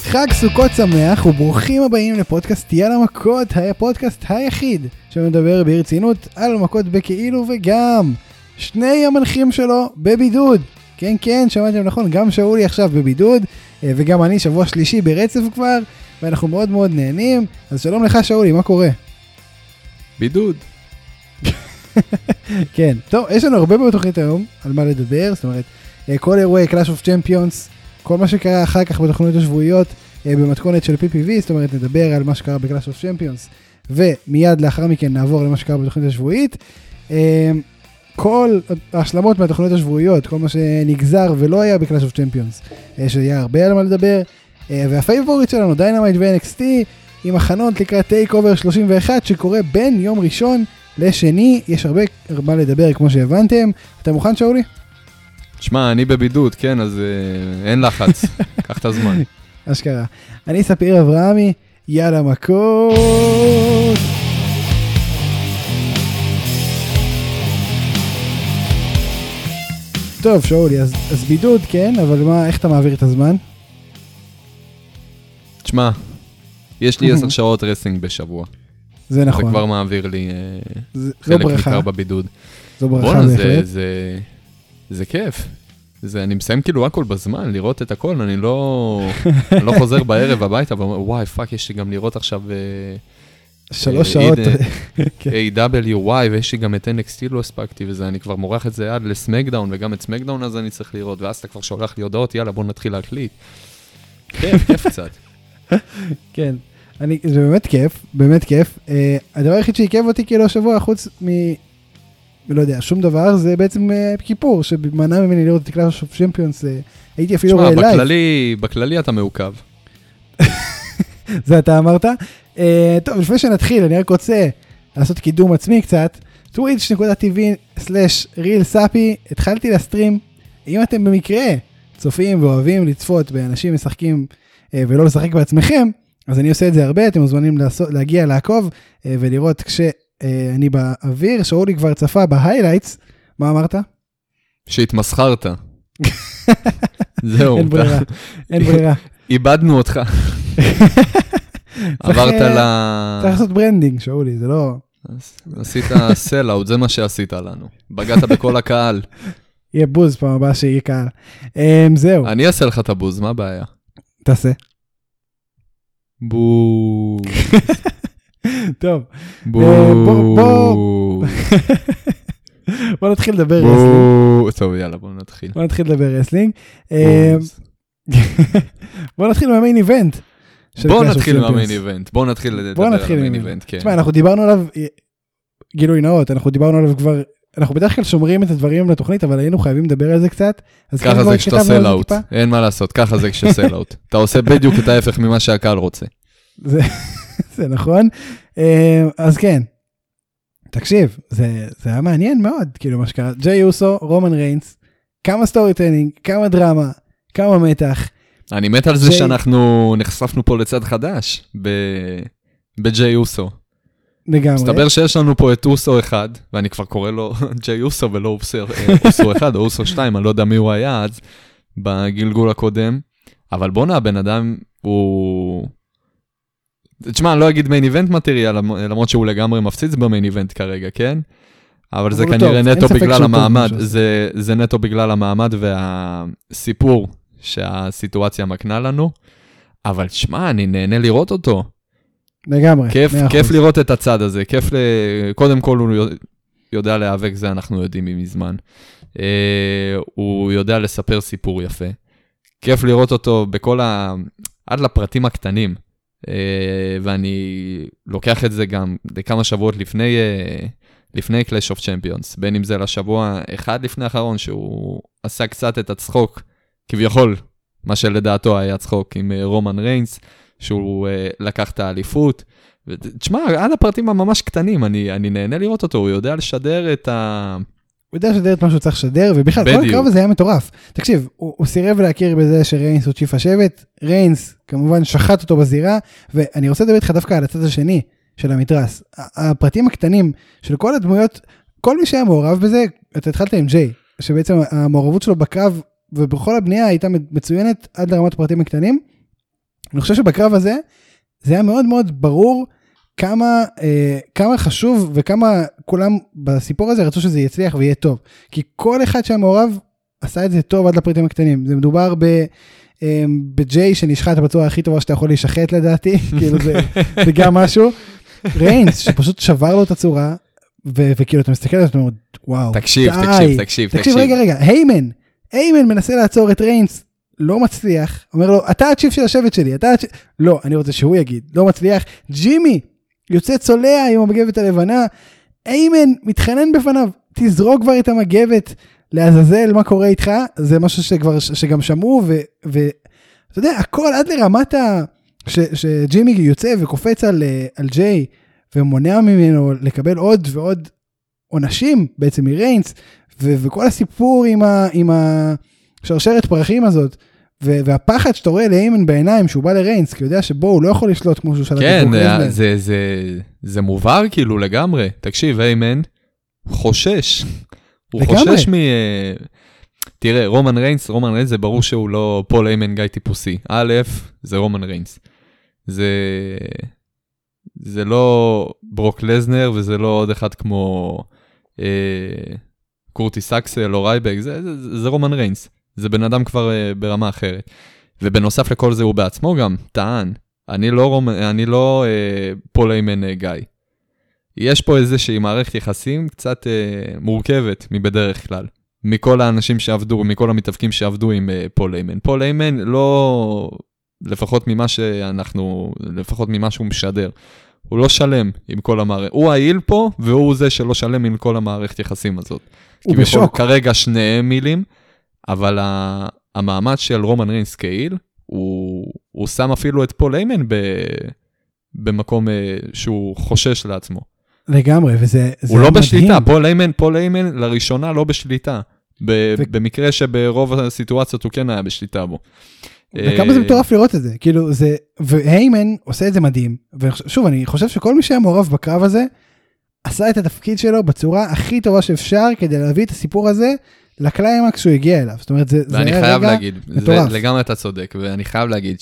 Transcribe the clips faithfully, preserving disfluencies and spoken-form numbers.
חג סוכות שמח וברוכים הבאים לפודקאסט יאללה מכות, הפודקאסט היחיד שמדבר ברצינות על מכות בכאילו וגם שני המנחים שלו בבידוד. כן כן, שמעתם נכון, גם שאולי עכשיו בבידוד וגם אני שבוע שלישי ברצף כבר ואנחנו מאוד מאוד נהנים. אז שלום לך שאולי, מה קורה? בידוד. כן, טוב, יש לנו הרבה בתוכנית היום על מה לדבר, זאת אומרת כל אירועי Clash of Champions, כל מה שקרה אחר כך בתוכניות השבועיות במתכונת של פי פי וי, זאת אומרת נדבר על מה שקרה ב-Clash of Champions ומיד לאחר מכן נעבור למה שקרה בתוכנית השבועית. כל ההשלמות מהתוכניות השבועיות, כל מה שנגזר ולא היה ב-Clash of Champions, שהיה הרבה על מה לדבר, והפייבוריט שלנו דיינמייט ו-אן אקס טי עם הכנות לקראת טייק אובר שלושים ואחת שקורה בין יום ראשון לשני. יש הרבה מה לדבר כמו שהבנתם. אתה מוכן שאולי? תשמע, אני בבידוד, כן, אז אה, אין לחץ, קח את הזמן. אשכרה. אני ספיר אברהמי, יאללה מכות. טוב, שאולי, אז, אז בידוד, כן, אבל מה, איך אתה מעביר את הזמן? תשמע, יש לי עשר שעות רסינג בשבוע. זה נכון. זה כבר מעביר לי אה, זה, חלק זו ברכה. ניכר בבידוד. זו ברכה בונה, בהחלט. זה, זה, זה כיף. זה, אני מסיים כאילו הכל בזמן, לראות את הכל, אני לא, אני לא חוזר בערב הביתה, ואומר, וואי, פאק, יש לי גם לראות עכשיו... שלוש שעות. איי דאבליו וואי, ויש לי גם את אן אקס טי לא הספקתי, וזה, אני כבר מורח את זה עד לסמקדאון, וגם את סמקדאון אז אני צריך לראות, ואז אתה כבר שולח לי הודעות, יאללה, בוא נתחיל להקליט. כיף, כיף קצת. כן, אני, זה באמת כיף, באמת כיף. Uh, הדבר היחיד שעיכב אותי כאילו השבוע, חוץ מ... לא יודע, שום דבר, זה בעצם uh, כיפור, שמנע ממני לראות את Clash of Champions, uh, הייתי אפילו לייב. תשמע, בכללי, בכללי אתה מעוקב. זה אתה אמרת. Uh, טוב, לפני שנתחיל, אני רק רוצה לעשות קידום עצמי קצת, טוויץ' נקודה טי וי סלש ריל סאפי, התחלתי לסטרים, אם אתם במקרה צופים ואוהבים לצפות באנשים משחקים uh, ולא לשחק בעצמכם, אז אני עושה את זה הרבה, אתם מוזמנים לעשות, להגיע, לעקוב uh, ולראות כש... אני באוויר, שאולי כבר צפה בהיילייטס. מה אמרת? שהתמסחרת. זהו. אין ברירה, אין ברירה. איבדנו אותך. עברת ל... צריך לעשות ברנדינג, שאולי, זה לא... עשית סל-אוט, זה מה שעשית לנו. בגעת בכל הקהל. יהיה בוז פעם הבאה שיהיה קהל. זהו. אני אעשה לך את הבוז, מה הבעיה? תעשה. בוז. טוב, בואו בוא נתחיל לדבר רסלינג. טוב, יאללה, בוא נתחיל. בוא נתחיל לדבר רסלינג. בוא נתחיל מהמיין איבנט. בוא נתחיל מהמיין איבנט. בוא נתחיל לדבר על המיין איבנט, כן. תשמע, אנחנו דיברנו עליו, גילוי נאות, אנחנו דיברנו עליו כבר, אנחנו בדרך כלל שומרים את הדברים לתוכנית, אבל היינו חייבים לדבר על זה קצת. ככה זה כשאתה סל-אוט, אין מה לעשות, ככה זה כשסל-אוט. אתה עושה בדיוק את ההפך ממה שהקהל רוצה. זה... זה נכון. אז כן, תקשיב, זה, זה היה מעניין מאוד, כאילו מה שקרה, ג'יי אוסו, רומן ריינס, כמה סטורי טרנינג, כמה דרמה, כמה מתח. אני מת על זה שאנחנו נחשפנו פה לצד חדש, בג'יי אוסו. לגמרי. מסתבר שיש לנו פה את אוסו אחד, ואני כבר קורא לו ג'יי אוסו ולא אוסו אחד, או אוסו שתיים, אני לא יודע מי הוא היה אז, בגלגול הקודם, אבל בוא נה, הבן אדם הוא... תשמע, אני לא אגיד מיין איבנט מטריאל, למרות שהוא לגמרי מפציץ במיין איבנט כרגע, כן? אבל זה כנראה נטו בגלל המעמד, זה, זה נטו בגלל המעמד והסיפור שהסיטואציה מקנה לנו, אבל תשמע, אני נהנה לראות אותו. לגמרי. כיף, כיף לראות את הצד הזה, כיף ל... קודם כל הוא יודע להיאבק, זה אנחנו יודעים מזמן. הוא יודע לספר סיפור יפה. כיף לראות אותו בכל ה... עד לפרטים הקטנים. Uh, ואני לוקח את זה גם לכמה שבועות לפני, uh, לפני Clash of Champions, בין אם זה לשבוע אחד לפני האחרון, שהוא עשה קצת את הצחוק, כביכול, מה שלדעתו היה צחוק עם uh, רומן ריינס, שהוא uh, לקח את האליפות, ותשמע, עד הפרטים הממש קטנים, אני, אני נהנה לראות אותו, הוא יודע לשדר את ה... הוא יודע לשדר את מה שהוא צריך לשדר, ובכלל, כל הקרב הזה היה מטורף. תקשיב, הוא, הוא סירב להכיר בזה שריינס הוא צ'יף השבט, ריינס כמובן שחט אותו בזירה, ואני רוצה לדבר איתך דווקא על הצד השני של המתרס. הפרטים הקטנים של כל הדמויות, כל מי שהיה מעורב בזה, אתה התחלת עם ג'יי, שבעצם המעורבות שלו בקרב ובכל הבנייה הייתה מצוינת עד לרמת הפרטים הקטנים, אני חושב שבקרב הזה, זה היה מאוד מאוד ברור כמה, אה, כמה חשוב וכמה כולם בסיפור הזה רצו שזה יצליח ויהיה טוב. כי כל אחד שהיה מעורב עשה את זה טוב עד לפריטים הקטנים. זה מדובר ב... בג'יי שנשחט בצורה הכי טובה שאתה יכול להישחט לדעתי, כאילו זה, זה גם משהו. ריינס שפשוט שבר לו את הצורה, ו- וכאילו אתה מסתכל על זה, וואו, תקשיב, די. תקשיב, תקשיב, תקשיב, רגע, רגע, היימן, היימן מנסה לעצור את ריינס, לא מצליח, אומר לו, אתה הצ'יפ של השבט שלי, אתה הצ'יפ, לא, אני רוצה שהוא יגיד, לא מצליח, ג'ימי, יוצא צולע עם המגבת הלבנה, היימן מתחנן בפניו, תזרוק כבר את המגבת, לעזאזל מה קורה איתך, זה משהו שכבר, שגם שמעו, ואתה יודע, הכל עד לרמת ה... שג'ימי יוצא וקופץ על, על ג'יי, ומונע ממנו לקבל עוד ועוד עונשים, בעצם מריינס, ו- וכל הסיפור עם, ה- עם השרשרת פרחים הזאת, ו- והפחד שאתה רואה לאיימן בעיניים, שהוא בא לריינס, כי הוא יודע שבו הוא לא יכול לשלוט כמו שהוא שלט. כן, זה, זה, זה, זה מובהר כאילו לגמרי. תקשיב, איימן חושש. הוא לגמרי. חושש מ... תראה, רומן ריינס, רומן ריינס זה ברור שהוא לא פול איימן גיא טיפוסי. א', זה רומן ריינס. זה... זה לא ברוק לזנר, וזה לא עוד אחד כמו אה, קורטי סקסל או רייבק, זה, זה, זה רומן ריינס. זה בן אדם כבר אה, ברמה אחרת. ובנוסף לכל זה הוא בעצמו גם טען, אני לא, רומ... אני לא אה, פול איימן אה, גיא. יש פה איזושהי מערכת יחסים קצת אה, מורכבת מבדרך כלל. מכל האנשים שעבדו, מכל המתאבקים שעבדו עם אה, פול איימן. פול איימן לא... לפחות ממה שאנחנו, לפחות ממה שהוא משדר. הוא לא שלם עם כל המערכת. הוא העיל פה, והוא זה שלא שלם עם כל המערכת יחסים הזאת. הוא בשוק. כרגע שניהם מילים, אבל המעמד של רומן ריינס כעיל, הוא, הוא שם אפילו את פול איימן ב, במקום שהוא חושש לעצמו. לגמרי, וזה... הוא לא בשליטה, פול איימן, פול איימן לראשונה לא בשליטה. ב, ו... במקרה שברוב הסיטואציות הוא כן היה בשליטה בו. וכמה זה מטורף לראות את זה, כאילו זה, והיימן עושה את זה מדהים, ושוב, אני חושב שכל מי שהיה מעורב בקרב הזה, עשה את התפקיד שלו בצורה הכי טובה שאפשר, כדי להביא את הסיפור הזה, לקליימקס שהוא הגיע אליו, זאת אומרת, זה, זה היה רגע להגיד, מטורף. זה, לגמרי אתה צודק, ואני חייב להגיד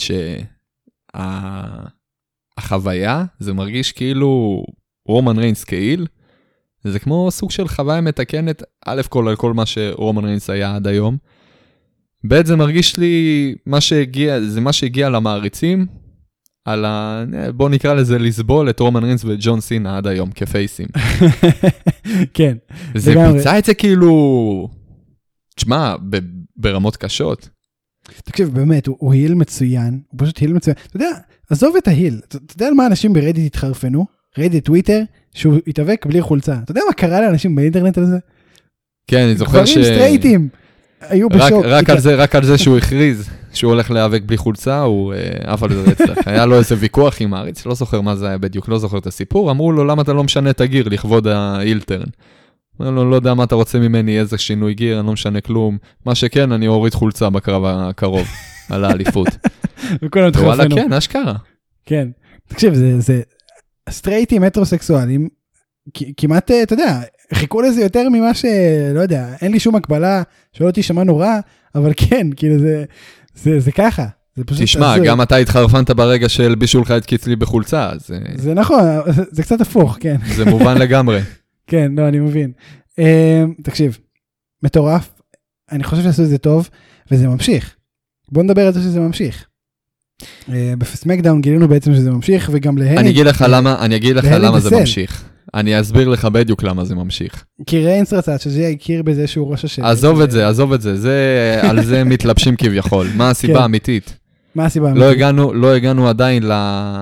שהחוויה, זה מרגיש כאילו רומן ריינס כעיל, זה כמו סוג של חוויה מתקנת, א' כל על כל מה שרומן ריינס היה עד היום, ב' זה מרגיש לי, מה שהגיע, זה מה שהגיע למעריצים, על ה... בוא נקרא לזה לסבול את רומן ריינס וג'ון סינה עד היום, כפייסים. כן. זה פיצה את זה כאילו, תשמע, ברמות קשות. תקשיב, באמת, הוא היל מצוין, הוא פשוט היל מצוין. אתה יודע, עזוב את ההיל, אתה יודע על מה אנשים ברדיט התחרפנו? רדיט, טוויטר, שהוא התאבק בלי חולצה. אתה יודע מה קרה לאנשים באינטרנט על זה? כן, אני זוכר ש... גברים סטרייטים. היו בשוק. רק על זה, רק על זה שהוא הכריז שהוא הולך להיאבק בלי חולצה, הוא אף על זה רצלח. היה לו איזה ויכוח עם הארץ, לא זוכר מה זה היה בדיוק, לא זוכר את הסיפור, אמרו לו, למה אתה לא משנה את הגיר לכבוד האילטרן? אמרו לו, לא יודע מה אתה רוצה ממני, איזה שינוי גיר, אני לא משנה כלום. מה שכן, אני אוריד חולצה בקרב הקרוב, על האליפות. וכולם תחרפנו. וואלה, כן, אשכרה. כן. תקשיב, זה סטרייטים מטרוסקסואלים, כמעט, אתה יודע, חיכו לזה יותר ממה ש... לא יודע, אין לי שום הקבלה, שלא תשמע נורא, אבל כן, כאילו זה, זה, זה ככה. זה פשוט... תשמע, גם אתה התחרפנת ברגע שהלבישו לך את קיצלי בחולצה, אז... זה נכון, זה קצת הפוך, כן. זה מובן לגמרי. כן, לא, אני מבין. תקשיב, מטורף, אני חושב שעשו את זה טוב, וזה ממשיך. בוא נדבר על זה שזה ממשיך. בסמקדאון גילינו בעצם שזה ממשיך, וגם להן... אני אגיד לך למה, אני אגיד לך למה זה ממשיך. אני אסביר לך בדיוק למה זה ממשיך. כי ריינס רצה שזה יכיר בזה שהוא ראש השבט. עזוב את זה, עזוב את זה, זה על זה מתלבשים כביכול. מה הסיבה האמיתית? מה הסיבה האמיתית? לא הגענו, לא הגענו עדיין ל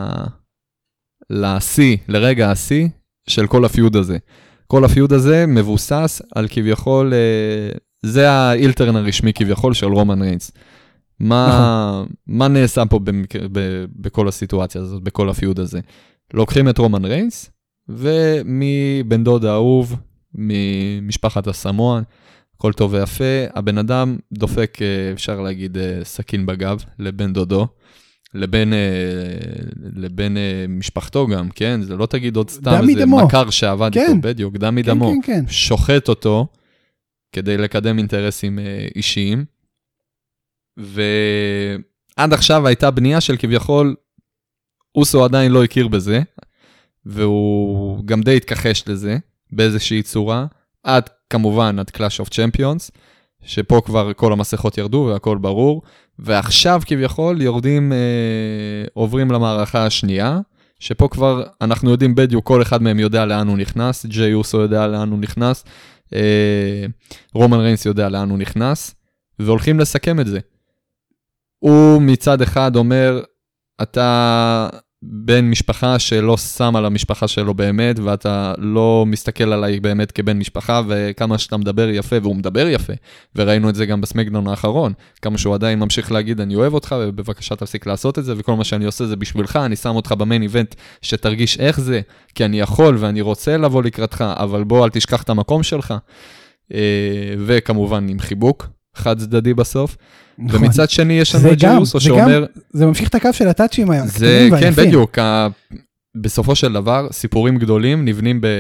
ל-C, לרגע ה-C של כל הפיוד הזה. כל הפיוד הזה מבוסס על כביכול, זה האילטרן הרשמי כביכול של רומן ריינס. מה, מה נעשה פה במקרה, ב, בכל הסיטואציה הזאת, בכל הפיוד הזה? לוקחים את רומן ריינס, ומבן דוד האהוב, ממשפחת הסמואן, כל טוב ויפה, הבן אדם דופק, אפשר להגיד, סכין בגב, לבן דודו, לבן, לבן משפחתו גם, כן? זה לא תגיד עוד סתם, זה דמו. מכר שעבד כן. איתו, בדיוק, דם מדמו, כן, כן, כן. שוחט אותו, כדי לקדם אינטרסים אישיים, ועד עד עכשיו הייתה בנייה של כביכול, אוסו עדיין לא הכיר בזה, והוא גם די התכחש לזה, באיזושהי צורה, עד כמובן עד Clash of Champions, שפה כבר כל המסכות ירדו והכל ברור, ועכשיו כביכול יורדים, אה, עוברים למערכה השנייה, שפה כבר אנחנו יודעים בדיוק, כל אחד מהם יודע לאן הוא נכנס, ג'יי אוסו יודע לאן הוא נכנס, אה, רומן ריינס יודע לאן הוא נכנס, והולכים לסכם את זה. הוא מצד אחד אומר, אתה בן משפחה שלא שם על המשפחה שלו באמת, ואתה לא מסתכל עליי באמת כבן משפחה, וכמה שאתה מדבר יפה, והוא מדבר יפה, וראינו את זה גם בסמקדאון האחרון, כמה שהוא עדיין ממשיך להגיד, אני אוהב אותך, ובבקשה תפסיק לעשות את זה, וכל מה שאני עושה זה בשבילך, אני שם אותך במיין איבנט, שתרגיש איך זה, כי אני יכול, ואני רוצה לבוא לקראתך, אבל בוא אל תשכח את המקום שלך, וכמובן עם חיבוק, חד צדדי בסוף, נכון. ומצד שני יש לנו את ג'יי אוסו שאומר... זה ממשיך את הקו של הטאצ'ים הקטנים והיפים. כן, בדיוק. ה... בסופו של דבר, סיפורים גדולים נבנים ב...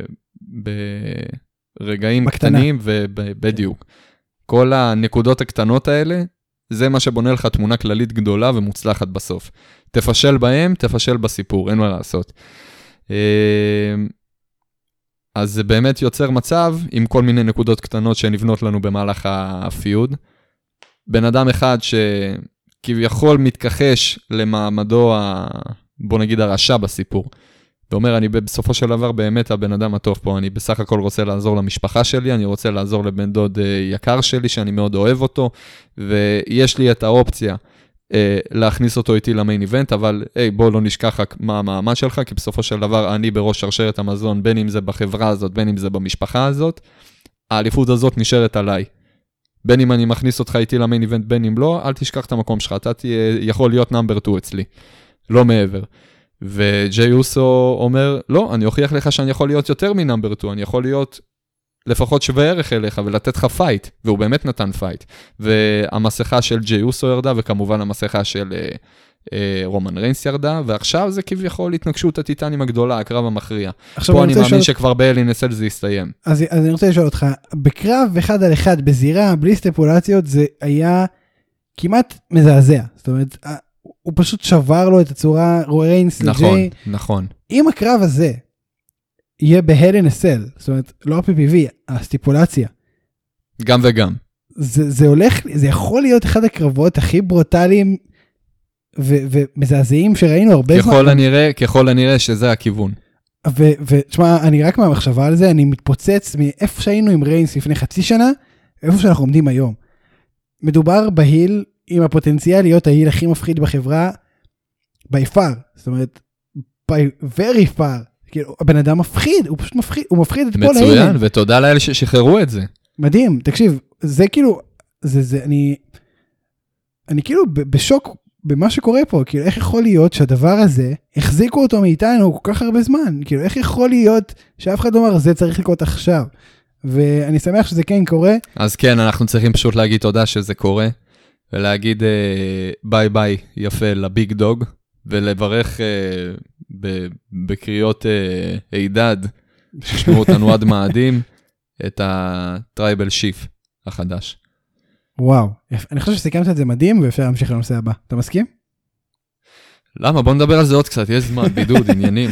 ברגעים בקטנה. קטנים, ובדיוק. כן. כל הנקודות הקטנות האלה, זה מה שבונה לך תמונה כללית גדולה ומוצלחת בסוף. תפשל בהם, תפשל בסיפור, אין מה לעשות. אז זה באמת יוצר מצב עם כל מיני נקודות קטנות שנבנות לנו במהלך הפיוד. בן אדם אחד שכביכול מתכחש למעמדו, ה... בוא נגיד הרשע בסיפור, ואומר, אני בסופו של דבר באמת הבן אדם הטוב פה, אני בסך הכל רוצה לעזור למשפחה שלי, אני רוצה לעזור לבן דוד יקר שלי, שאני מאוד אוהב אותו, ויש לי את האופציה אה, להכניס אותו איתי למיין איבנט, אבל היי, בוא לא נשכח מה המעמד שלך, כי בסופו של דבר אני בראש שרשרת המזון, בין אם זה בחברה הזאת, בין אם זה במשפחה הזאת, האליפות הזאת נשארת עליי. בין אם אני מכניס אותך איתי למיין איבנט, בין אם לא, אל תשכח את המקום שלך, אתה תהיה, יכול להיות נאמבר טו אצלי, לא מעבר. וג'יי אוסו אומר, לא, אני אוכיח לך שאני יכול להיות יותר מנאמבר טו, אני יכול להיות לפחות שווה ערך אליך ולתת לך פייט, והוא באמת נתן פייט. והמסכה של ג'יי אוסו ירדה, וכמובן המסכה של אה, אה, רומן ריינס ירדה, ועכשיו זה כביכול התנגשות הטיטנים הגדולה, הקרב המכריע. פה אני מאמין שכבר ב-אל אין אס אל זה יסתיים. אז, אז אני רוצה לשאול אותך, בקרב אחד על אחד, בזירה, בלי סטפולציות, זה היה כמעט מזעזע. זאת אומרת, הוא פשוט שבר לו את הצורה, ריינס נכון, לג'יי. נכון. אם הקרב הזה יהיה ב-אל אין אס אל, זאת אומרת, לא ה-פי פי וי, הסטיפולציה. גם וגם. זה, זה הולך, זה יכול להיות אחד הקרבות הכי ברוטליים ו- ומזעזעים שראינו הרבה ככל זמן. הנראה, ככל הנראה שזה הכיוון. ותשמע, אני רק מהמחשבה על זה, אני מתפוצץ מאיפה שהיינו עם ריינס לפני חצי שנה, איפה שאנחנו עומדים היום. מדובר בהיל עם הפוטנציאל להיות ההיל הכי מפחיד בחברה, by far, זאת אומרת, by very far. כאילו, הבן אדם מפחיד, הוא פשוט מפחיד, הוא מפחיד את כל ההילים. מצוין, ותודה לאלה ששחררו את זה. מדהים, תקשיב, זה כאילו, זה, זה, אני, אני כאילו בשוק במה שקורה פה, כאילו, איך יכול להיות שהדבר הזה, החזיקו אותו מאיתנו כל כך הרבה זמן, כאילו, איך יכול להיות שאף אחד לא אומר, זה צריך לקרות עכשיו, ואני שמח שזה כן קורה. אז כן, אנחנו צריכים פשוט להגיד תודה שזה קורה, ולהגיד ביי ביי יפה לביג דוג, ולברך בקריאות הידד, ששמעו אותנו עד מאדים, את הטרייבל שיף החדש. וואו, אני חושב שסיכמת את זה מדהים, ואפשר להמשיך לנושא הבא. אתה מסכים? למה? בוא נדבר על זה עוד קצת, יש זמן, בידוד, עניינים.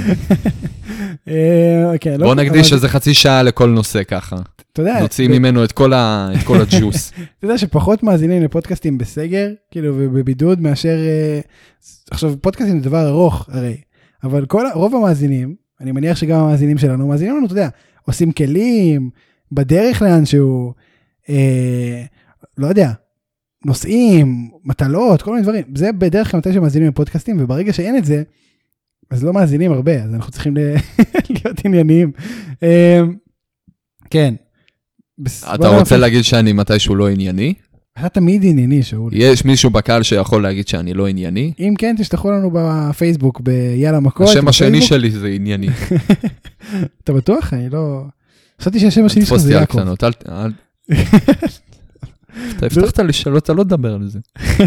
בוא נקדיש שזה חצי שעה לכל נושא ככה. נוציא ממנו את כל הג'וס. אתה יודע שפחות מאזינים לפודקאסטים בסגר, כאילו, ובבידוד, מאשר... עכשיו, פודקאסטים זה דבר ארוך, הרי. אבל רוב המאזינים, אני מניח שגם המאזינים שלנו, מאזינים לנו, אתה יודע, עושים כלים, בדרך לאנשהו, לא יודע, נושאים, מטלות, כל מיני דברים. זה בדרך כלל מתי שמאזינים לפודקאסטים, וברגע שאין את זה, אז לא מאזינים הרבה, אז אנחנו צריכים להיות ענייניים. כן. אתה רוצה להגיד שאני מתישהו לא ענייני? אתה תמיד ענייני, שאול. יש מישהו בקהל שיכול להגיד שאני לא ענייני? אם כן, תשלחו לנו בפייסבוק, ביאללה מכות. השם השני שלי זה ענייני. אתה בטוח? אני לא... חשבתי שהשם השני שלך זה יעקב. אתה הבטחת לי שלא, אתה לא תדבר על זה.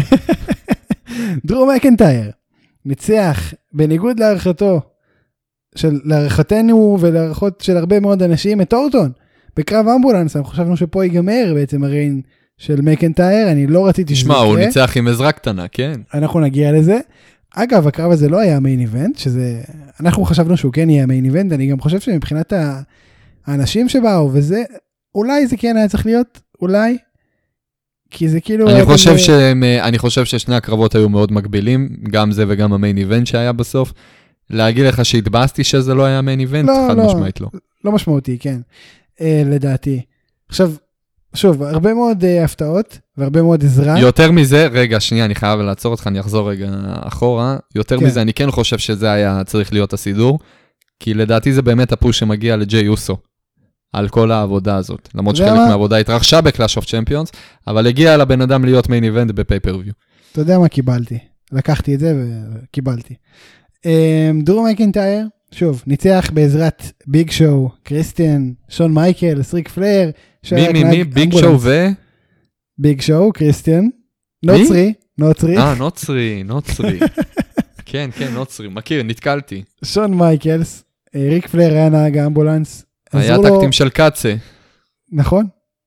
דרו מקנטייר, ניצח, בניגוד להערכתו, להערכתנו ולהערכות של הרבה מאוד אנשים, את אורטון, בקרב אמבולנס, אנחנו חשבנו שפה ייגמר בעצם הריין של מקנטייר, אני לא רציתי שזה יקרה. שמע, הוא ניצח עם עזרה קטנה, כן. אנחנו נגיע לזה. אגב, הקרב הזה לא היה מיין איבנט, שזה, אנחנו חשבנו שהוא כן יהיה מיין איבנט, אני גם חושב שמבחינת האנשים שבאו, וזה, אולי זה כן היה צריך להיות, אולי, כי זה כאילו... אני חושב, ש... אני חושב ששני הקרבות היו מאוד מקבילים, גם זה וגם המיין איבנט שהיה בסוף. להגיד לך שהתבאסתי שזה לא היה מיין איבנט, לא, חד לא, משמעית לא. לא משמעותי, כן. אה, לדעתי. עכשיו, שוב, הרבה מאוד אה, הפתעות, והרבה מאוד עזרה. יותר מזה, רגע, שנייה, אני חייב לעצור אותך, אני אחזור רגע אחורה. יותר כן. מזה, אני כן חושב שזה היה צריך להיות הסידור, כי לדעתי זה באמת הפוש שמגיע לג'יי יוסו, על כל העבודה הזאת. למרות שחלק מה? מהעבודה התרחשה בקלאש אוף צ'מפיונס, אבל הגיע לבן אדם להיות מיין איבנט בפייפריוויו. אתה יודע מה קיבלתי? לקחתי את זה וקיבלתי. דרו מקנטייר, שוב, ניצח בעזרת ביג שואו, קריסטיאן, שון מייקל, ריק פלר. מי, מי, מי? ביג שואו ו... ביג שואו, קריסטיאן. נוצרי, נוצרי. אה, נוצרי, נוצרי. כן, כן, נוצרי. מכיר, נתקלתי. שון מייקלס, ריק פלר היה נהג האמבולנס. היה טקטים של קאצה. נכון.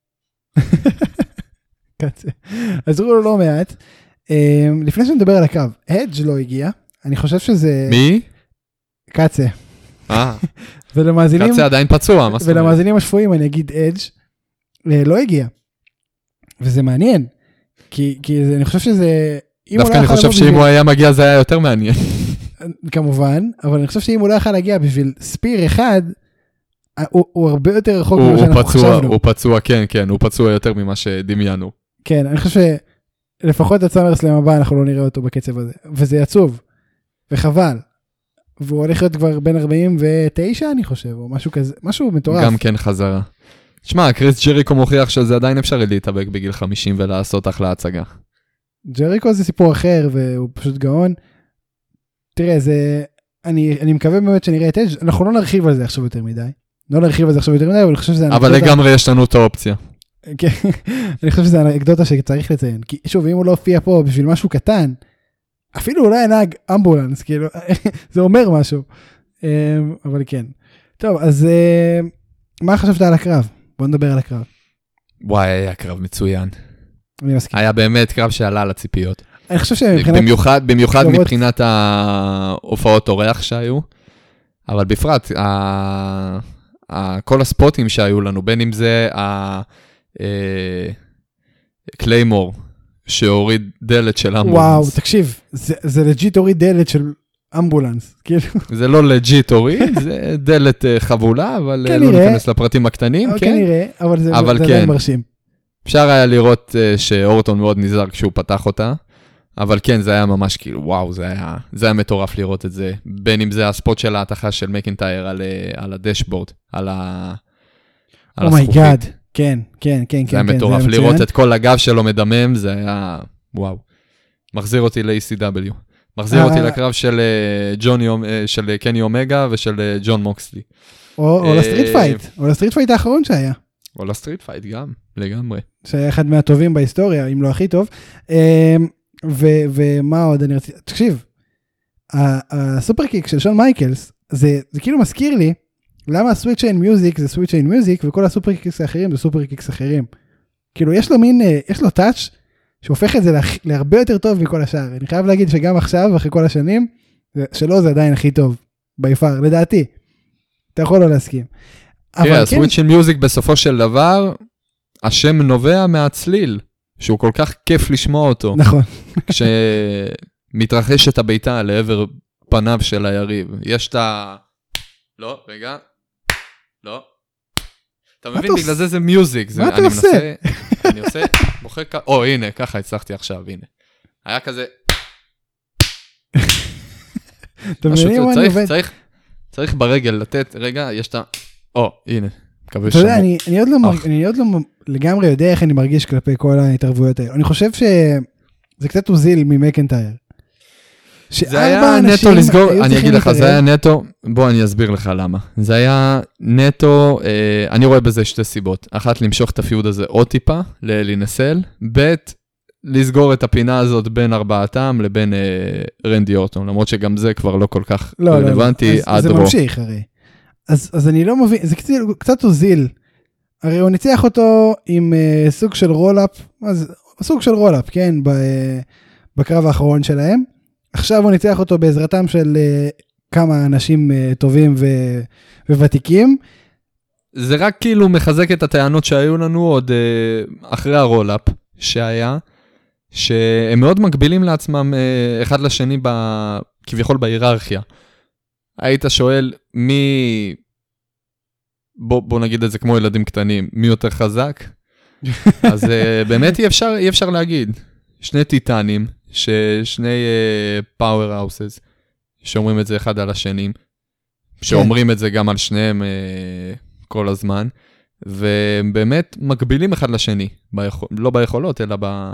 קאצה. עזרו לו לא מעט. לפני שנדבר על הקרב, אדג' לא הגיע. אני חושב שזה... מי? קאצה. אה. ולמאזינים... קאצה עדיין פצוע, מה זאת אומרת? ולמאזינים השפויים אני אגיד אדג' לא הגיע. וזה מעניין. כי, כי זה, אני חושב שזה... דווקא אני חושב שאם הוא היה מגיע זה היה יותר מעניין. כמובן, אבל אני חושב שאם הוא לא יכול להגיע בשביל ספיר אחד, הוא, הוא הרבה יותר רחוק ממה שאנחנו חשבנו. הוא פצוע, כן, כן, הוא פצוע יותר ממה שדמיינו. כן, אני חושב שלפחות את סאמרסלאם הבא אנחנו לא נראה אותו בקצב הזה, וזה עצוב, וחבל. והוא הולך להיות כבר בין ארבעים ותשע, אני חושב, או משהו כזה, משהו מטורף. גם כן חזרה. שמע, קריס ג'ריקו מוכיח שזה עדיין אפשרי להתאבק בגיל חמישים ולעשות אחלה הצגה. ג'ריקו זה סיפור אחר, והוא פשוט גאון. תראה, זה... אני, אני מקווה באמת שנראה את אדג', אנחנו לא נרחיב על זה עכשיו יותר מדי. לא נרחיב על זה עכשיו יותר מדי, אבל אני חושב שזה... אבל לגמרי יש לנו את האופציה. כן, אני חושב שזה אנקדוטה שצריך לציין. כי שוב, אם הוא לא הופיע פה בשביל משהו קטן, אפילו אולי נהג אמבולנס, כאילו, זה אומר משהו. אבל כן. טוב, אז מה חשבת על הקרב? בוא נדבר על הקרב. וואי, היה קרב מצוין. אני מסכים. היה באמת קרב שעלה על הציפיות. אני חושב שמבחינת... במיוחד, במיוחד מבחינת ההופעות אורח שהיו, אבל בפרט, ה... ה... כל הספוטים שהיו לנו, בין אם זה הקליימור, שהוריד דלת של אמבולנס. וואו, תקשיב, זה, זה לג'יט הוריד דלת של אמבולנס. זה לא לג'יט הוריד, זה דלת חבולה, אבל לא ניכנס לפרטים הקטנים. כנראה, אבל זה עדיין מרשים. אפשר היה לראות שאורטון מאוד נזהר כשהוא פתח אותה, אבל כן, זה היה ממש כאילו, וואו, זה היה, זה היה מטורף לראות את זה, בין אם זה הספוט של ההתחה של מקנטייר על, על הדשבורד, על, ה, על הזכוכית. אומייגאד, כן, כן, כן, זה היה כן, מטורף, לראות את כל הגב שלו מדמם, זה היה, וואו, מחזיר אותי ל-אי סי דאבליו, מחזיר אותי לקרב של, ג'וני, של קני אומגה ושל ג'ון מוקסלי. או לסטריט פייט, או לסטריט פייט האחרון שהיה. או לסטריט פייט גם, לגמרי. שהיה אחד מהטובים בהיסטוריה, אם לא הכי טוב. ומה עוד אני רציתי, תקשיב, הסופר קיק של שון מייקלס, זה כאילו מזכיר לי, למה הסוויץ' אין מיוזיק זה סוויץ' אין מיוזיק, וכל הסופר קיקס האחרים זה סופר קיקס אחרים. כאילו יש לו מין, יש לו טאץ' שהופך את זה להרבה יותר טוב מכל השאר. אני חייב להגיד שגם עכשיו, אחרי כל השנים, שלא זה עדיין הכי טוב, ביפר, לדעתי. אתה יכול לא להסכים. תראה, הסוויץ' אין מיוזיק בסופו של דבר, השם נובע מהצליל. שהוא כל כך כיף לשמוע אותו. נכון. כשמתרחשת הביתה לעבר פניו של היריב. יש את ה... לא, רגע. לא. אתה מבין, בגלל זה זה מיוזיק. מה אתה עושה? אני עושה, בוחר ככה. או, הנה, ככה הצלחתי עכשיו, הנה. היה כזה... אתה מבינים מה אני עובד? צריך ברגל לתת, רגע, יש את ה... או, הנה. אתה יודע, אני עוד לא לגמרי יודע איך אני מרגיש כלפי כל ההתערבויות האלה. אני חושב שזה קצת הוזיל ממקנטייר. זה היה נטו לסגור, אני אגיד לך, זה היה נטו, בוא אני אסביר לך למה. זה היה נטו, אני רואה בזה שתי סיבות. אחת, למשוך את הפיוד הזה עוד טיפה, להינסל. ב', לסגור את הפינה הזאת בין ארבעתם לבין רנדי אורטון, למרות שגם זה כבר לא כל כך רלוונטי עד רו. זה ממשיך הרי. אז, אז אני לא מבין, זה קצת, קצת הוזיל, הרי הוא ניצח אותו עם uh, סוג של רולאפ, אז סוג של רולאפ, כן, ב, uh, בקרב האחרון שלהם. עכשיו הוא ניצח אותו בעזרתם של uh, כמה אנשים uh, טובים ו- וותיקים. זה רק כאילו מחזק את הטענות שהיו לנו עוד uh, אחרי הרולאפ שהיה, שהם מאוד מגבילים לעצמם uh, אחד לשני ב... כביכול בהיררכיה. היית שואל מי... בוא, בוא נגיד את זה כמו ילדים קטנים, מי יותר חזק? אז uh, באמת אי אפשר, אי אפשר להגיד. שני טיטנים, ששני פאוור uh, האוסס, שאומרים את זה אחד על השנים, שאומרים את זה גם על שניהם uh, כל הזמן, ובאמת מגבילים אחד לשני, ביכול, לא ביכולות, אלא ב...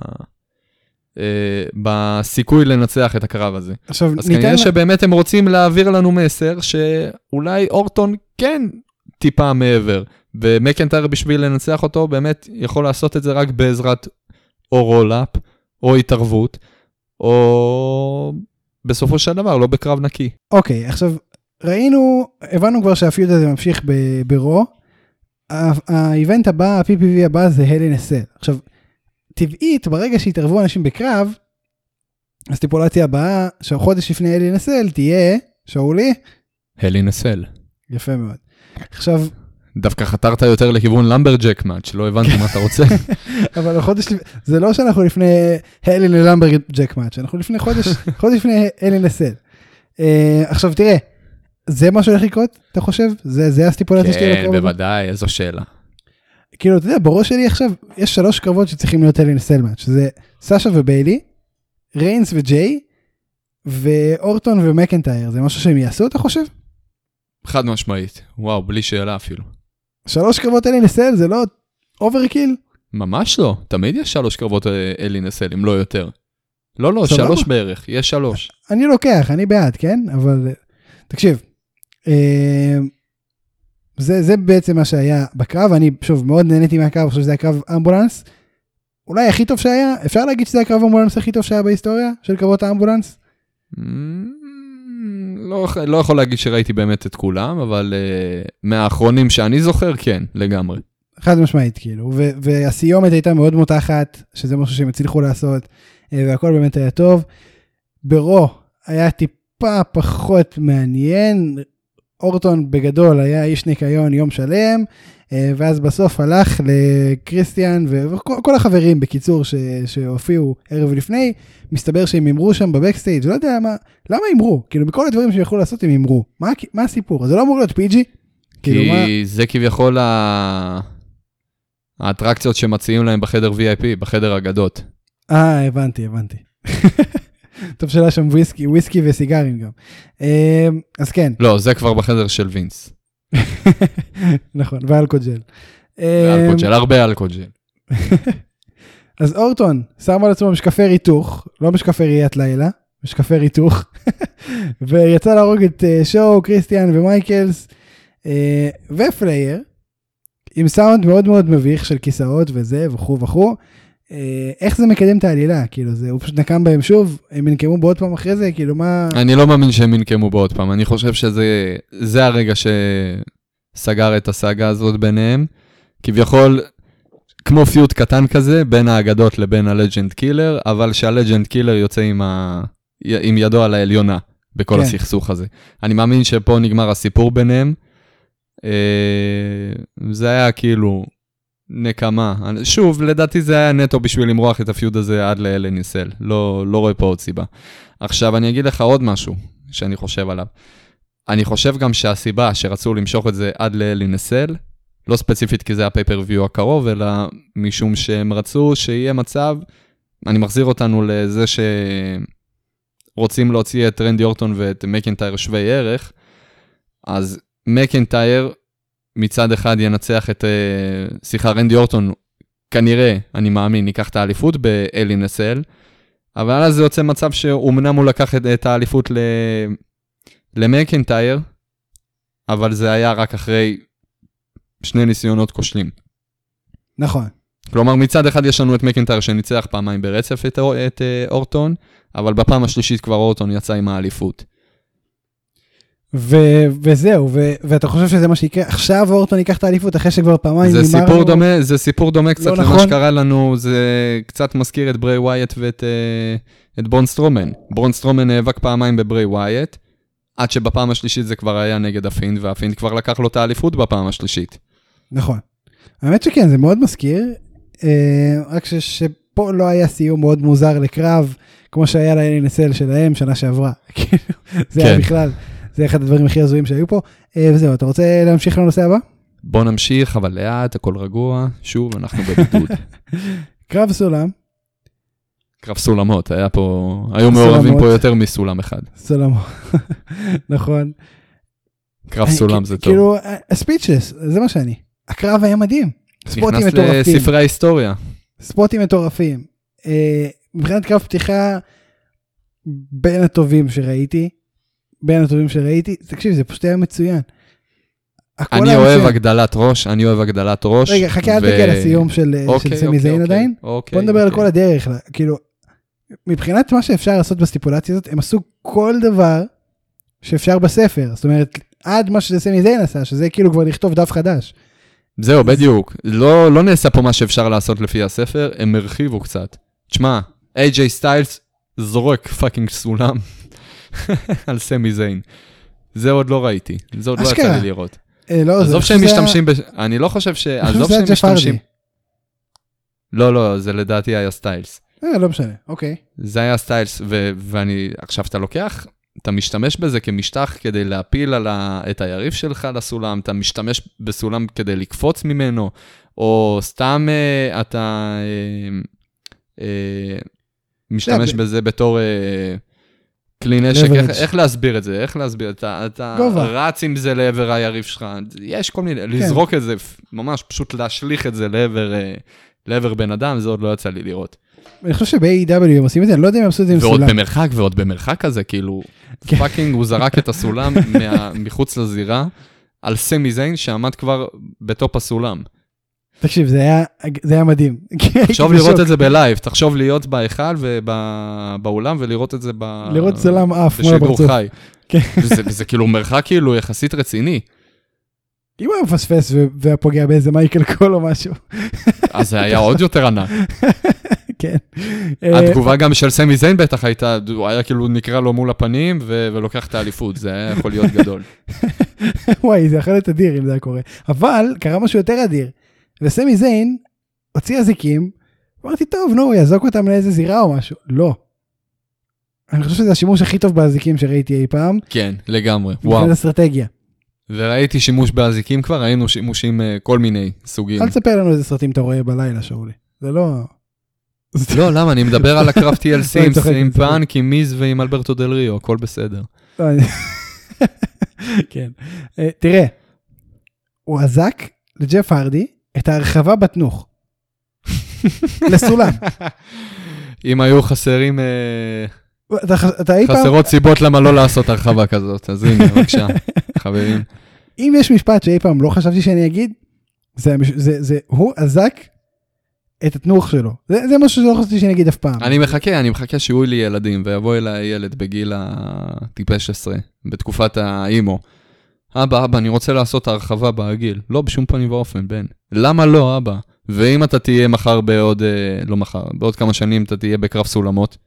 בסיכוי לנצח את הקרב הזה. עכשיו, אז כנראה לה... שבאמת הם רוצים להעביר לנו מסר, שאולי אורטון כן טיפה מעבר, ומקנטייר בשביל לנצח אותו, באמת יכול לעשות את זה רק בעזרת או רולאפ, או התערבות, או בסופו של דבר, לא בקרב נקי. אוקיי, עכשיו, ראינו, הבנו כבר שהפיוד הזה ממשיך ברו, האיבנט הבא, ה-פי פי וי הבא זה הל אין אס אל. עכשיו, טבעית, ברגע שהתערבו אנשים בקרב, הסטיפולציה הבאה, שהחודש לפני הל אין אס אל תהיה, שאולי? הל אין אס אל. יפה מאוד. עכשיו... דווקא חתרת יותר לכיוון למברג'ק מאץ', לא הבנתי מה אתה רוצה. אבל החודש, זה לא שאנחנו לפני הל אין למברג'ק מאץ', אנחנו לפני חודש, חודש לפני הל אין אס אל. עכשיו תראה, זה מה שהולך לקרות, אתה חושב? זה, זה הסטיפולציה שתהיה לקרב? כן, בוודאי, איזו שאלה. כאילו, אתה יודע, בראש שלי עכשיו, יש שלוש קרבות שצריכים להיות הל אין אס אל מאץ', שזה סאשה וביילי, ריינס וג'יי, ואורטון ומקנטייר, זה משהו שהם יעשו, אתה חושב? חד משמעית, וואו, בלי שאלה אפילו. שלוש קרבות הל אין אס אל, זה לא אוברקיל? ממש לא, תמיד יש שלוש קרבות הל אין אס אל, אם לא יותר. לא, לא, שלוש בערך, יש שלוש. אני לוקח, אני בעד, כן? אבל, תקשיב, זה, זה בעצם מה שהיה בקרב, אני שוב מאוד נהניתי מהקרב, אני חושב שזה היה קרב אמבולנס, אולי הכי טוב שהיה, אפשר להגיד שזה הקרב אמבולנס הכי טוב שהיה בהיסטוריה של קרבות האמבולנס? לא, לא יכול להגיד שראיתי באמת את כולם, אבל uh, מהאחרונים שאני זוכר, כן, לגמרי. חד משמעית, כאילו, ו- והסיומת הייתה מאוד מותחת, שזה משהו שהם הצליחו לעשות, והכל באמת היה טוב. ברו היה טיפה פחות מעניין, אורטון בגדול היה איש ניקיון יום שלם, ואז בסוף הלך לקריסטיאן וכל החברים בקיצור ש, שהופיעו ערב לפני, מסתבר שהם אמרו שם בבקסטייג', לא יודע מה, למה אמרו? כאילו בכל הדברים שהם יכולו לעשות הם אמרו. מה, מה הסיפור? זה לא אמור להיות פי ג'י? כי כאילו מה... זה כביכול ה... האטרקציות שמציעים להם בחדר וי איי פי, בחדר הגדות. אה, הבנתי, הבנתי. טוב שאלה שם וויסקי, וויסקי וסיגרים גם. אז כן. לא, זה כבר בחדר של וינס. נכון, ואלכוג'ל. ואלכוג'ל, הרבה אלכוג'ל. אז אורטון שם על עצמו משקפי ריתוך, לא משקפי ראיית לילה, משקפי ריתוך, ויצא להרוג את שואו, קריסטיאן ומייקלס, ופלייר, עם סאונד מאוד מאוד מביך של כיסאות וזה וכו' וכו'. איך זה מקדם את העלילה? כאילו, זה, הוא פשוט נקם בהם שוב, הם ינקמו בעוד פעם אחרי זה, כאילו מה... אני לא מאמין שהם ינקמו בעוד פעם, אני חושב שזה זה הרגע שסגר את הסאגה הזאת ביניהם, כביכול, כמו פיוט קטן כזה, בין האגדות לבין הלג'נד קילר, אבל שהלג'נד קילר יוצא עם, ה... עם ידו על העליונה, בכל כן. הסכסוך הזה. אני מאמין שפה נגמר הסיפור ביניהם, זה היה כאילו... נקמה. שוב, לדעתי זה היה נטו בשביל למרוח את הפיוד הזה עד ל-הל אין אס אל. לא, לא רואה פה עוד סיבה. עכשיו אני אגיד לך עוד משהו שאני חושב עליו. אני חושב גם שהסיבה שרצו למשוך את זה עד ל-הל אין אס אל, לא ספציפית כי זה הפייפר-ויו הקרוב, אלא משום שהם רצו שיהיה מצב, אני מחזיר אותנו לזה שרוצים להוציא את רנדי אורטון ואת מקנטייר שווי ערך, אז מקנטייר מצד אחד ינצח את, סליחה, רנדי אורטון, כנראה, אני מאמין, ייקח את האליפות ב-הל אין אס אל, אבל אז זה יוצא מצב שאומנם הוא לקח את, את האליפות ל... למקנטייר, אבל זה היה רק אחרי שני ניסיונות כושלים. נכון. כלומר, מצד אחד יש לנו את מקנטייר שניצח פעמיים ברצף את, את אורטון, אבל בפעם השלישית כבר אורטון יצא עם האליפות. ו- וזהו, ו- ואתה חושב שזה מה שיקרה, עכשיו אורטון ייקח את האליפות, אחרי שכבר פעמיים זה נגמר סיפור לו. דומה, זה סיפור דומה קצת לא למה נכון. שקרה לנו, זה קצת מזכיר את ברי ווייט ואת אה, את ברון סטרומן. ברון סטרומן נאבק פעמיים בברי ווייט, עד שבפעם השלישית זה כבר היה נגד הפינד, והפינד כבר לקח לו את האליפות בפעם השלישית. נכון. האמת שכן, זה מאוד מזכיר, אה, רק ש- שפה לא היה סיום מאוד מוזר לקרב, כמו שהיה ל-אן אס אל שלהם שנה שעברה. כאילו, זה היה כן. בכלל, זה אחד הדברים הכי הזויים שהיו פה. אה, וזהו, אתה רוצה להמשיך לנושא הבא? בוא נמשיך, אבל לאט, הכל רגוע, שוב, אנחנו בבידוד. קרב סולם, קרב סולמות, היה פה, היו מעורבים סולמות. פה יותר מסולם אחד. סולמו, נכון. קרב סולם זה טוב. כאילו, ספיצ'ס, זה מה שאני. הקרב היה מדהים. ספוטים נכנס מטורפים. לספרי ההיסטוריה. ספוטים מטורפים. אה, מבחינת קרב פתיחה, בין הטובים שראיתי, בין הטובים שראיתי, תקשיב, זה פשוט היה מצוין. הכל אני היה אוהב מצוין. הגדלת ראש, אני אוהב הגדלת ראש. רגע, חכה, אל ו- תגיע לסיום של של אוקיי, סמי אוקיי, זיין אוקיי, עדיין. אוקיי, בוא נדבר על אוקיי. כל הדרך. כאילו, מבחינת מה שאפשר לעשות בסטיפולציה הזאת, הם עשו כל דבר שאפשר בספר. זאת אומרת, עד מה שזה סמי זיין עשה, שזה כאילו כבר לכתוב דף חדש. זהו, בדיוק. לא, לא נעשה פה מה שאפשר לעשות לפי הספר, הם הרחיבו קצת. תשמע, איי ג'יי סטיילס זורק פאקינג סולם על סמי זיין. זה עוד לא ראיתי, זה עוד לא אשכרה. יצא לי לראות. אה, לא, עזוב זה- שהם זה היה- משתמשים, ב... אני לא חושב ש... אני חושב עזוב שזה היה שהם ג'ף משתמשים... הרדי. לא, לא, זה לדעתי היה סטיילס. אה, לא משנה, אוקיי. זה היה סטיילס, ו... ואני... עכשיו אתה לוקח, אתה משתמש בזה כמשטח כדי להפיל על ה... את היריב שלך לסולם, אתה משתמש בסולם כדי לקפוץ ממנו, או סתם אה, אתה אה, אה, משתמש ב- בזה בתור... אה, כלי נשק, איך, Leverage. איך להסביר את זה? איך להסביר? אתה, אתה גובה. רץ עם זה לעבר היריב שלך, יש כל מיני, לזרוק את זה, ממש פשוט להשליך את זה לעבר, אה, לעבר בן אדם, זה עוד לא יצא לי לראות. אני חושב שב-איי אי דאבליו הם עושים את זה, אני לא יודע אם הם עשו את זה עם ועוד סולם. במרחק, ועוד במרחק כזה, כאילו, כן. פאקינג, הוא זרק את הסולם מה, מחוץ לזירה, על סמי זיין שעמד כבר בטופ הסולם. תקשיב, זה היה, זה היה מדהים. תחשוב לראות את זה בלייב, תחשוב להיות בהיכל ובאולם ולראות את זה ב... לראות סולם אף מול בשידור הפרצוף. חי. כן. וזה, וזה כאילו מרחק כאילו יחסית רציני. אם הוא היה מפספס ו- והיה פוגע באיזה מייקל קול או משהו. אז זה היה עוד יותר ענק. כן. התגובה גם של סמי זיין בטח הייתה, הוא היה כאילו נקרא לו מול הפנים ו- ולוקח את האליפות, זה היה יכול להיות גדול. וואי, זה יכול להיות אדיר אם זה היה קורה. אבל קרה משהו יותר אדיר. וסמי זיין הוציא אזיקים, אמרתי, טוב, נו, הוא יעזוק אותם לאיזה זירה או משהו. לא. אני חושב שזה השימוש הכי טוב באזיקים שראיתי אי פעם. כן, לגמרי, וואו. מבחינת אסטרטגיה. וראיתי שימוש באזיקים כבר, ראינו שימושים אה, כל מיני סוגים. אל תספר לנו איזה סרטים אתה רואה בלילה, שאולי. זה לא... לא, למה? אני מדבר על הקרב טי אל סי לא, אני עם- צוחק, עם אני צוחק. פאנק, עם מיז ועם אלברטו דל ריו, הכל בסדר. לא, אני- כן. אה, תראה, הוא עזק לג'ף הרדי את ההרחבה בתנוך. לסולם. אם היו חסרים, אה, אתה- אתה אי פעם, חסרות סיבות למה לא לעשות הרחבה כזאת, אז הנה, בבקשה, חברים. אם יש משפט שאי פעם לא חשבתי שאני אגיד, זה, המש- זה, זה, הוא עזק את התנוך שלו. זה, זה משהו שלא חשבתי שאני אגיד אף פעם. אני מחכה, אני מחכה שיהיו לי ילדים, ויבוא אליי ילד בגיל הטיפש עשרה, בתקופת האימו. אבא, אבא, אני רוצה לעשות הרחבה בגיל. לא, בשום פנים ואופן, בן. למה לא, אבא? ואם אתה תהיה מחר בעוד, אה, לא מחר, בעוד כמה שנים אתה תהיה בקרב סולמות?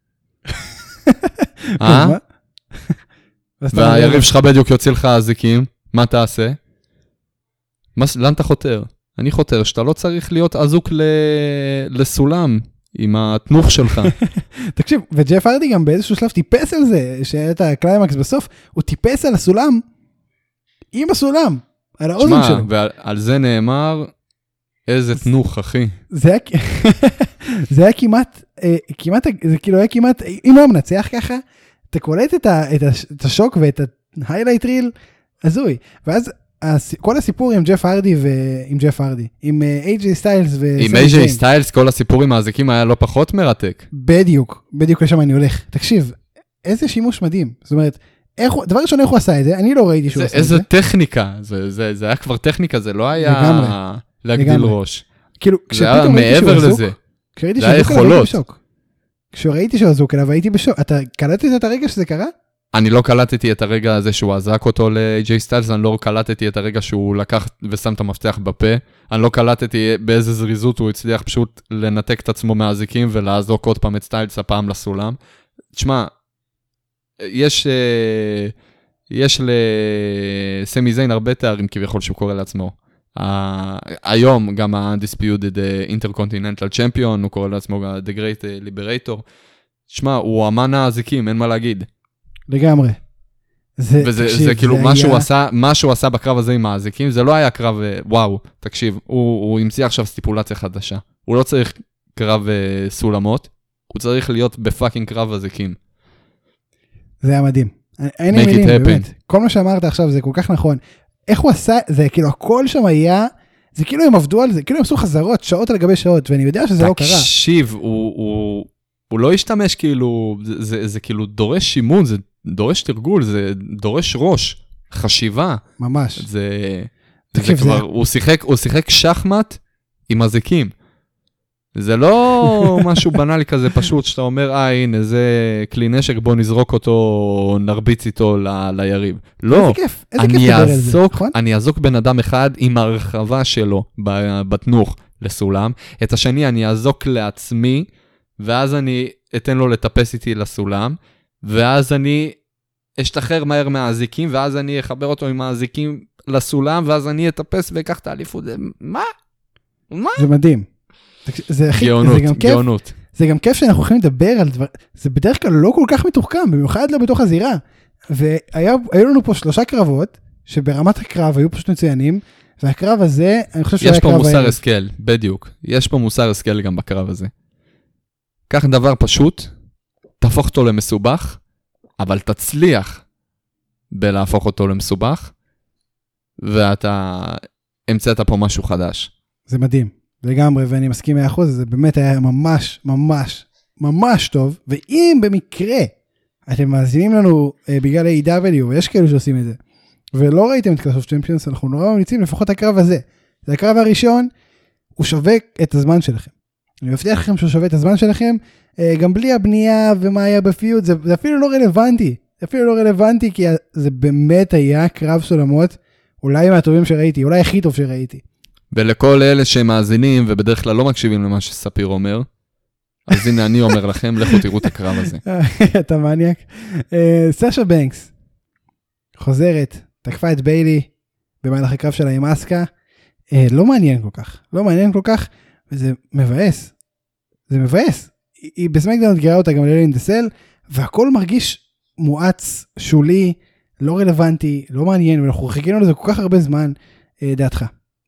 אה? מה? ואז אתה והיריב אומר, שלך בדיוק יוציא לך אזיקים, מה תעשה? מה, לאן אתה חותר? אני חותר שאתה לא צריך להיות אזוק ל... לסולם עם התנוך שלך. תקשיב, וג'ף הרדי גם באיזשהו שלב טיפס על זה, שהיה את הקליימקס בסוף, הוא טיפס על הסולם, עם הסולם, על האוזן שמע, שלו. ועל זה נאמר, איזה תנוך, אחי. זה היה, זה היה כמעט, אה, כמעט, זה כאילו היה כמעט, אם הוא מנצח ככה, אתה קולט את, ה, את, ה, את השוק ואת ההיילייט ריל, הזוי. ואז הס, כל הסיפור עם ג'ף הרדי ועם ג'ף הרדי, עם איי ג'יי סטיילס ו... עם איי ג'יי סטיילס, כל הסיפור עם האזיקים היה לא פחות מרתק. בדיוק, בדיוק לשם אני הולך. תקשיב, איזה שימוש מדהים. זאת אומרת, איך הוא, דבר ראשון, איך הוא עשה את זה? אני לא ראיתי שהוא זה, עשה את איזה זה. טכניקה, זה, זה, זה היה כבר טכניקה, זה לא היה לגמרי. להגדיל לגמרי. ראש. כאילו, זה היה כשפתאום ראיתי שהוא מעבר אזוק, לזה. כשראיתי זה שהוא היה אזוק אליו, הייתי יכולות. בשוק. כשראיתי שהוא אזוק אליו, הייתי בשוק. אתה קלטת את הרגע שזה קרה? אני לא קלטתי את הרגע הזה שהוא עזק אותו ל-ג'יי סטיילס, אני לא קלטתי את הרגע שהוא לקח ושם את המפתח בפה, אני לא קלטתי באיזה זריזות הוא הצליח פשוט לנתק את עצמו מהזיקים ולעזוק עוד פעם את סטיילס הפעם לסולם. תשמע, יש, יש לסמי זיין הרבה תארים כביכול שהוא קורא לעצמו. היום גם ה-Undisputed Intercontinental Champion, הוא קורא לעצמו The Great Liberator. תשמע, הוא אמן הזיקים, אין מה להגיד. לגמרי. זה, וזה תקשיב, זה כאילו זה מה, היה... שהוא עשה, מה שהוא עשה בקרב הזה עם האזיקים, זה לא היה קרב, וואו, תקשיב, הוא, הוא המציא עכשיו סטיפולציה חדשה. הוא לא צריך קרב uh, סולמות, הוא צריך להיות בפאקינג קרב הזיקים. זה היה מדהים. אין לי מילים, באמת. כל מה שאמרת עכשיו זה כל כך נכון. איך הוא עשה, זה כאילו הכל שם היה, זה כאילו הם עבדו על זה, כאילו הם עשו חזרות, שעות על גבי שעות, ואני יודע שזה לא קרה. תקשיב, הוא, הוא, הוא לא השתמש כאילו, זה, זה, זה כאילו דורש שימון, זה דורש תרגול, זה דורש ראש, חשיבה. ממש. זה, זה כבר, הוא שיחק, הוא שיחק שחמט עם הזיקים. זה לא משהו בנאלי כזה פשוט, שאתה אומר, אה, הנה, זה כלי נשק, בוא נזרוק אותו, נרביץ איתו ל- ליריב. לא, איזה כיף, איזה כיף לדבר על זה, נכון? אני אעזוק בן אדם אחד עם הרחבה שלו בתנוך לסולם, את השני אני אעזוק לעצמי, ואז אני אתן לו לטפס איתי לסולם, ואז אני אשתחרר מהר מהזיקים, ואז אני אחבר אותו עם הזיקים לסולם, ואז אני אטפס ואקח את האליפות. מה? מה? זה מדהים. זה הכי, גאונות, זה גם כיף, גאונות. זה גם כיף שאנחנו יכולים לדבר על דבר, זה בדרך כלל לא כל כך מתוחכם, במיוחד לא בתוך הזירה. והיו לנו פה שלושה קרבות, שברמת הקרב היו פשוט מצוינים, והקרב הזה, אני חושב שהיה קרב... יש פה מוסר היה... השכל, בדיוק. יש פה מוסר השכל גם בקרב הזה. קח דבר פשוט, תהפוך אותו למסובך, אבל תצליח בלהפוך אותו למסובך, ואתה המצאת פה משהו חדש. זה מדהים, לגמרי, ואני מסכים מאה אחוז, זה באמת היה ממש, ממש, ממש טוב, ואם במקרה אתם מאזינים לנו אה, בגלל ה-איי דאבליו, ויש כאלו שעושים את זה, ולא ראיתם את Clash of Champions, אנחנו נורא ממליצים לפחות הקרב הזה. זה הקרב הראשון, הוא שווה את הזמן שלכם. אני מבטיח לכם שהוא שווה את הזמן שלכם, גם בלי הבנייה ומה היה בפיוט, זה, זה אפילו לא רלוונטי, זה אפילו לא רלוונטי, כי זה באמת היה קרב סולמות, אולי מהטובים שראיתי, אולי הכי טוב שראיתי. ולכל אלה שמאזינים, ובדרך כלל לא מקשיבים למה שספיר אומר, אז הנה אני אומר לכם, לכו תראו את הקרב הזה. אתה מניאק. סאשה בנקס, חוזרת, תקפה את ביילי, במהלך הקרב שלה עם אסקה, לא מעניין כל כך, לא מעניין כל כך, וזה מבאס, זה מבאס. היא בסמקדאון גרעה אותה גם ללין דסל, והכל מרגיש מואץ, שולי, לא רלוונטי, לא מעניין, ואנחנו חיכינו לזה כל כך הרבה זמן, דעתך.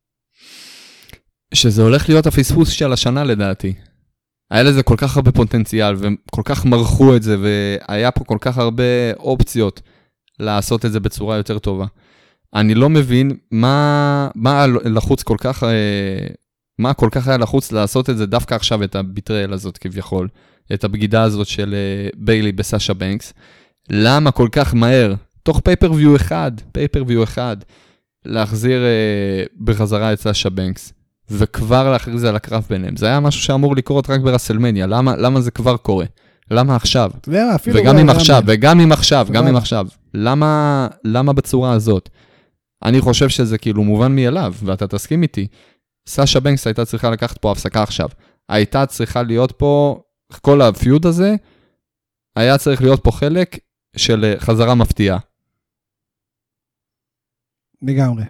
שזה הולך להיות הפספוס של השנה לדעתי. היה לזה כל כך הרבה פוטנציאל, וכל כך מרחו את זה, והיה פה כל כך הרבה אופציות לעשות את זה בצורה יותר טובה. אני לא מבין מה, מה לחוץ כל כך... מה כל כך היה לחוץ לעשות את זה דווקא עכשיו, את הביטרייל הזאת כביכול, את הבגידה הזאת של ביילי בסאשה בנקס. למה כל כך מהר, תוך פייפרוויו אחד, פייפרוויו אחד, להחזיר אה, בחזרה את סאשה בנקס, וכבר להכריז על הקרב ביניהם. זה היה משהו שאמור לקרות רק ברסלמניה. למה, למה זה כבר קורה? למה עכשיו? וגם אם עכשיו, וגם אם עכשיו, גם אם עכשיו. למה, למה בצורה הזאת? אני חושב שזה כאילו מובן מאליו, ואתה תסכים איתי. סאשה בנקס הייתה צריכה לקחת פה הפסקה עכשיו. הייתה צריכה להיות פה, כל הפיוד הזה, היה צריך להיות פה חלק של חזרה מפתיעה. לגמרי.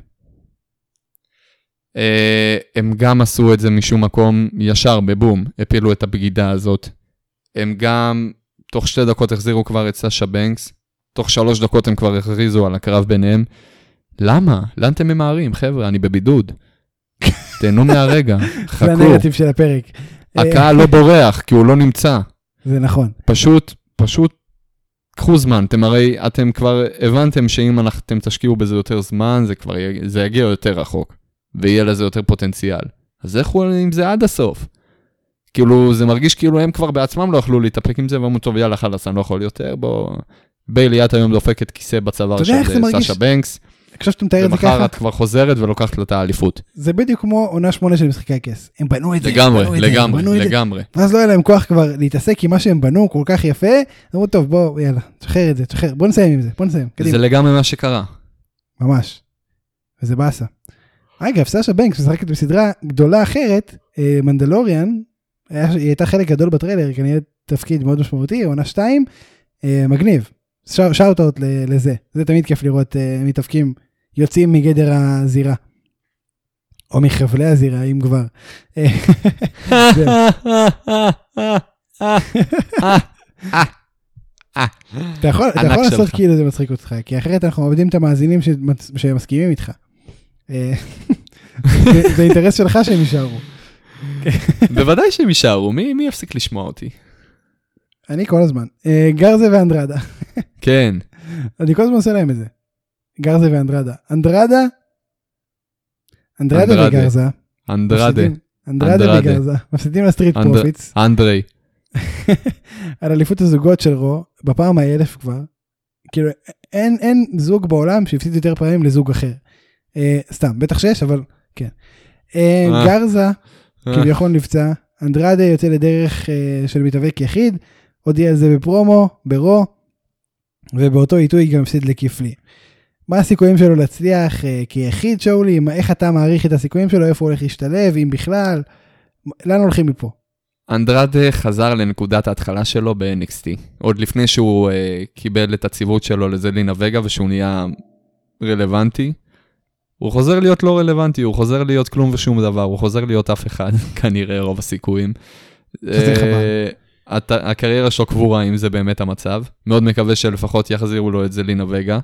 הם גם עשו את זה משום מקום ישר בבום, הפילו את הבגידה הזאת. הם גם, תוך שתי דקות החזירו כבר את סאשה בנקס, תוך שלוש דקות הם כבר הכריזו על הקרב ביניהם. למה? לאן אתם ממהרים, חבר'ה? אני בבידוד. תהנו מהרגע, חכו. זה הנרטיב של הפרק. הקהל לא בורח, כי הוא לא נמצא. זה נכון. פשוט, פשוט, קחו זמן. אתם הרי, אתם כבר הבנתם שאם אתם תשקיעו בזה יותר זמן, זה כבר, זה יגיע יותר רחוק, ויהיה לזה יותר פוטנציאל. אז איך הוא עם זה עד הסוף? כאילו, זה מרגיש כאילו הם כבר בעצמם לא יכלו להתאפק עם זה, ואומרים, טוב, יאללה, חלס, אני לא יכול יותר, בוא... ביילי, את היום דופקת כיסא בצוואר של סאשה בנקס. עכשיו שאתה מתאר את זה ומחר ככה, את כבר חוזרת ולוקחת לו את האליפות. זה בדיוק כמו עונה שמונה של משחקי הכס. הם בנו את זה. לגמרי, בנו את זה, לגמרי, בנו את זה. לגמרי. ואז לא היה להם כוח כבר להתעסק עם מה שהם בנו כל כך יפה. אמרו, טוב, בוא, יאללה, תשחרר את זה, תשחרר. בוא נסיים עם זה, בוא נסיים. קדימה. זה לגמרי מה שקרה. ממש. וזה באסה. אגב, סאשה בנקס משחקת בסדרה גדולה אחרת, מנדלוריאן, היא הייתה חלק גדול בטריילר, כנראה תפקיד מאוד משמעותי, עונה שתיים, מגניב. שאוט-אוט לזה. זה תמיד כיף לראות מתאפקים יוצאים מגדר הזירה. או מחבלי הזירה, אם כבר. אתה יכול לעשות כאילו זה מצחיק אותך, כי אחרת אנחנו עובדים את המאזינים שמסכימים איתך. זה אינטרס שלך שהם יישארו. בוודאי שהם יישארו, מי יפסיק לשמוע אותי? אני כל הזמן. גרזה ואנדרדה. כן. אני כל הזמן עושה להם את זה. גרזה ואנדרדה. אנדרדה, אנדרדה וגרזה. אנדרדה. אנדרדה וגרזה. מפסידים לסטריט פרופיטס. אנדרי. על אליפות הזוגות של רו, בפעם האלף כבר. כאילו, אין זוג בעולם שהפסיד יותר פעמים לזוג אחר. סתם, בטח שש, אבל כן. גרזה, כביכול נפצע. אנדרדה יוצא לדרך של מתאבק יחיד. הודיע על זה בפרומו, ברו. ובאותו עיתוי גם הפסיד לקיפלי. מה הסיכויים שלו להצליח כיחיד, שאולי? איך אתה מעריך את הסיכויים שלו? איפה הוא הולך להשתלב? אם בכלל? לאן הולכים מפה? אנדרדה חזר לנקודת ההתחלה שלו ב-אן אקס טי. עוד לפני שהוא uh, קיבל את הציוות שלו לזלינה וגה, ושהוא נהיה רלוונטי. הוא חוזר להיות לא רלוונטי, הוא חוזר להיות כלום ושום דבר, הוא חוזר להיות אף אחד, כנראה רוב הסיכויים. שזה חבל. הקריירה שלו קבורה, אם זה באמת המצב. מאוד מקווה שלפחות יחזירו לו את זלינה וגה.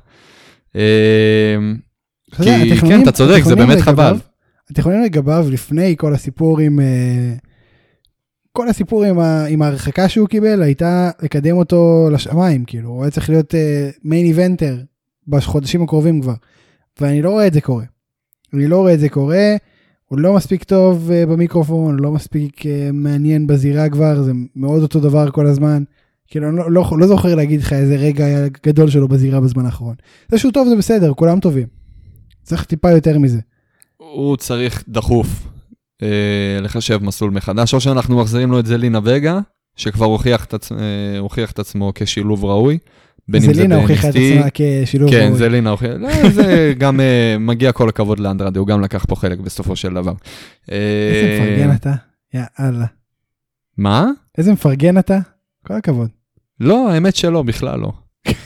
כי כן, אתה צודק, זה באמת חבל. התיכונים לגביו, לפני כל הסיפור עם כל הסיפור עם ההרחקה שהוא קיבל, הייתה לקדם אותו לשמיים, כאילו, הוא היה צריך להיות מיין איבנטר בחודשים הקרובים כבר. ואני לא רואה את זה קורה. אני לא רואה את זה קורה, הוא לא מספיק טוב במיקרופון, הוא לא מספיק מעניין בזירה כבר, זה מאוד אותו דבר כל הזמן. כאילו, אני לא, לא, לא זוכר להגיד לך איזה רגע היה גדול שלו בזירה בזמן האחרון. זה שהוא טוב זה בסדר, כולם טובים. צריך טיפה יותר מזה. הוא צריך דחוף אה, לחשב מסלול מחדש, או שאנחנו מחזירים לו את זלינה וגה, שכבר הוכיח את, עצ... אה, הוכיח את עצמו כשילוב ראוי. זלינה הוכיחה את עצמה כשילוב כן, ראוי. כן, זלינה הוכיחה. לא, זה גם אה, מגיע כל הכבוד לאנדרדה, הוא גם לקח פה חלק בסופו של דבר. איזה מפרגן אתה? יאללה. מה? איזה מפרגן אתה? כל הכבוד. לא, האמת שלא, בכלל לא.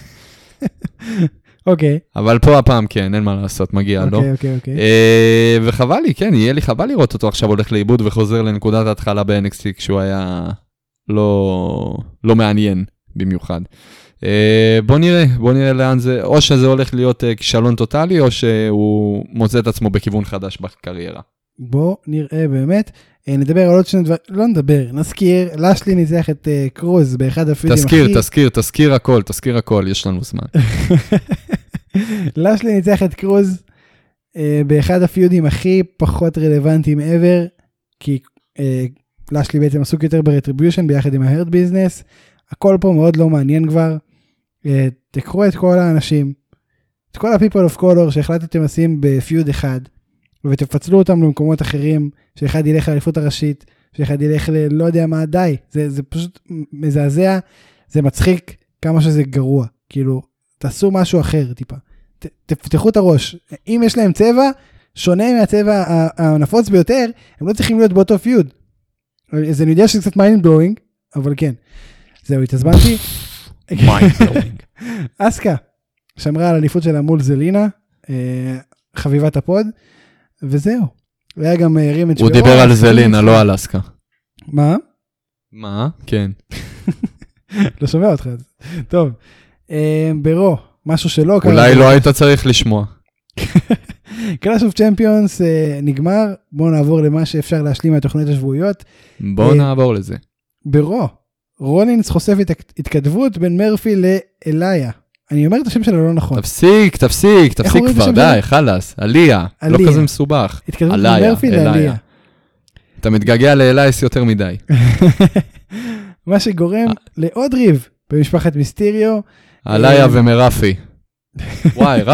אוקיי. אבל פה הפעם כן, אין מה לעשות, מגיע לו. אוקיי, אוקיי, אוקיי. וחבל לי, כן, יהיה לי חבל לראות אותו עכשיו הולך לאיבוד וחוזר לנקודת ההתחלה ב-אן אקס טי כשהוא היה לא מעניין במיוחד. בוא נראה, בוא נראה לאן זה, או שזה הולך להיות כישלון טוטלי, או שהוא מוצא את עצמו בכיוון חדש בקריירה. בוא נראה באמת. נדבר על עוד שני דבר, לא נדבר, נזכיר, לשלי ניצח את uh, קרוז באחד הפיודים הכי... תזכיר, תזכיר, תזכיר הכל, תזכיר הכל, יש לנו זמן. לשלי ניצח את קרוז uh, באחד הפיודים הכי פחות רלוונטיים ever, כי uh, לשלי בעצם עסוק יותר ברטריביושן ביחד עם ההרד ביזנס, הכל פה מאוד לא מעניין כבר, uh, תקחו את כל האנשים, את כל ה-people of color שהחלטתם לשים בפיוד אחד, ותפצלו אותם למקומות אחרים, שאחד ילך לאליפות הראשית, שאחד ילך ל... לא יודע מה, די. זה, זה פשוט מזעזע, זה מצחיק כמה שזה גרוע. כאילו, תעשו משהו אחר טיפה. ת, תפתחו את הראש. אם יש להם צבע, שונה מהצבע הנפוץ ביותר, הם לא צריכים להיות באותו פיוד. אז אני יודע שזה קצת mind blowing, אבל כן. זהו, התעזבנתי. mind blowing. אסקה, שמרה על אליפות שלה מול זלינה, חביבת הפוד, וזהו. והיה גם הרים את הוא דיבר על זלינה, לא על אסקה. מה? מה? כן. לא שומע אותך. טוב. ברו, משהו שלא קרה. אולי לא היית צריך לשמוע. קלאש אוף צ'מפיונס נגמר, בואו נעבור למה שאפשר להשלים מהתוכניות השבועיות. בואו נעבור לזה. ברו, רולינס חושף התכתבות בין מרפי לאליה. אני אומר את השם שלה לא נכון. תפסיק, תפסיק, תפסיק כבר, די, חלס, אליה, לא כזה מסובך. התכתבות בין מרפי לאליה. אתה מתגעגע לאלייס יותר מדי. מה שגורם לעוד ריב במשפחת מיסטריו. אליה ומרפי. וואי, רפי.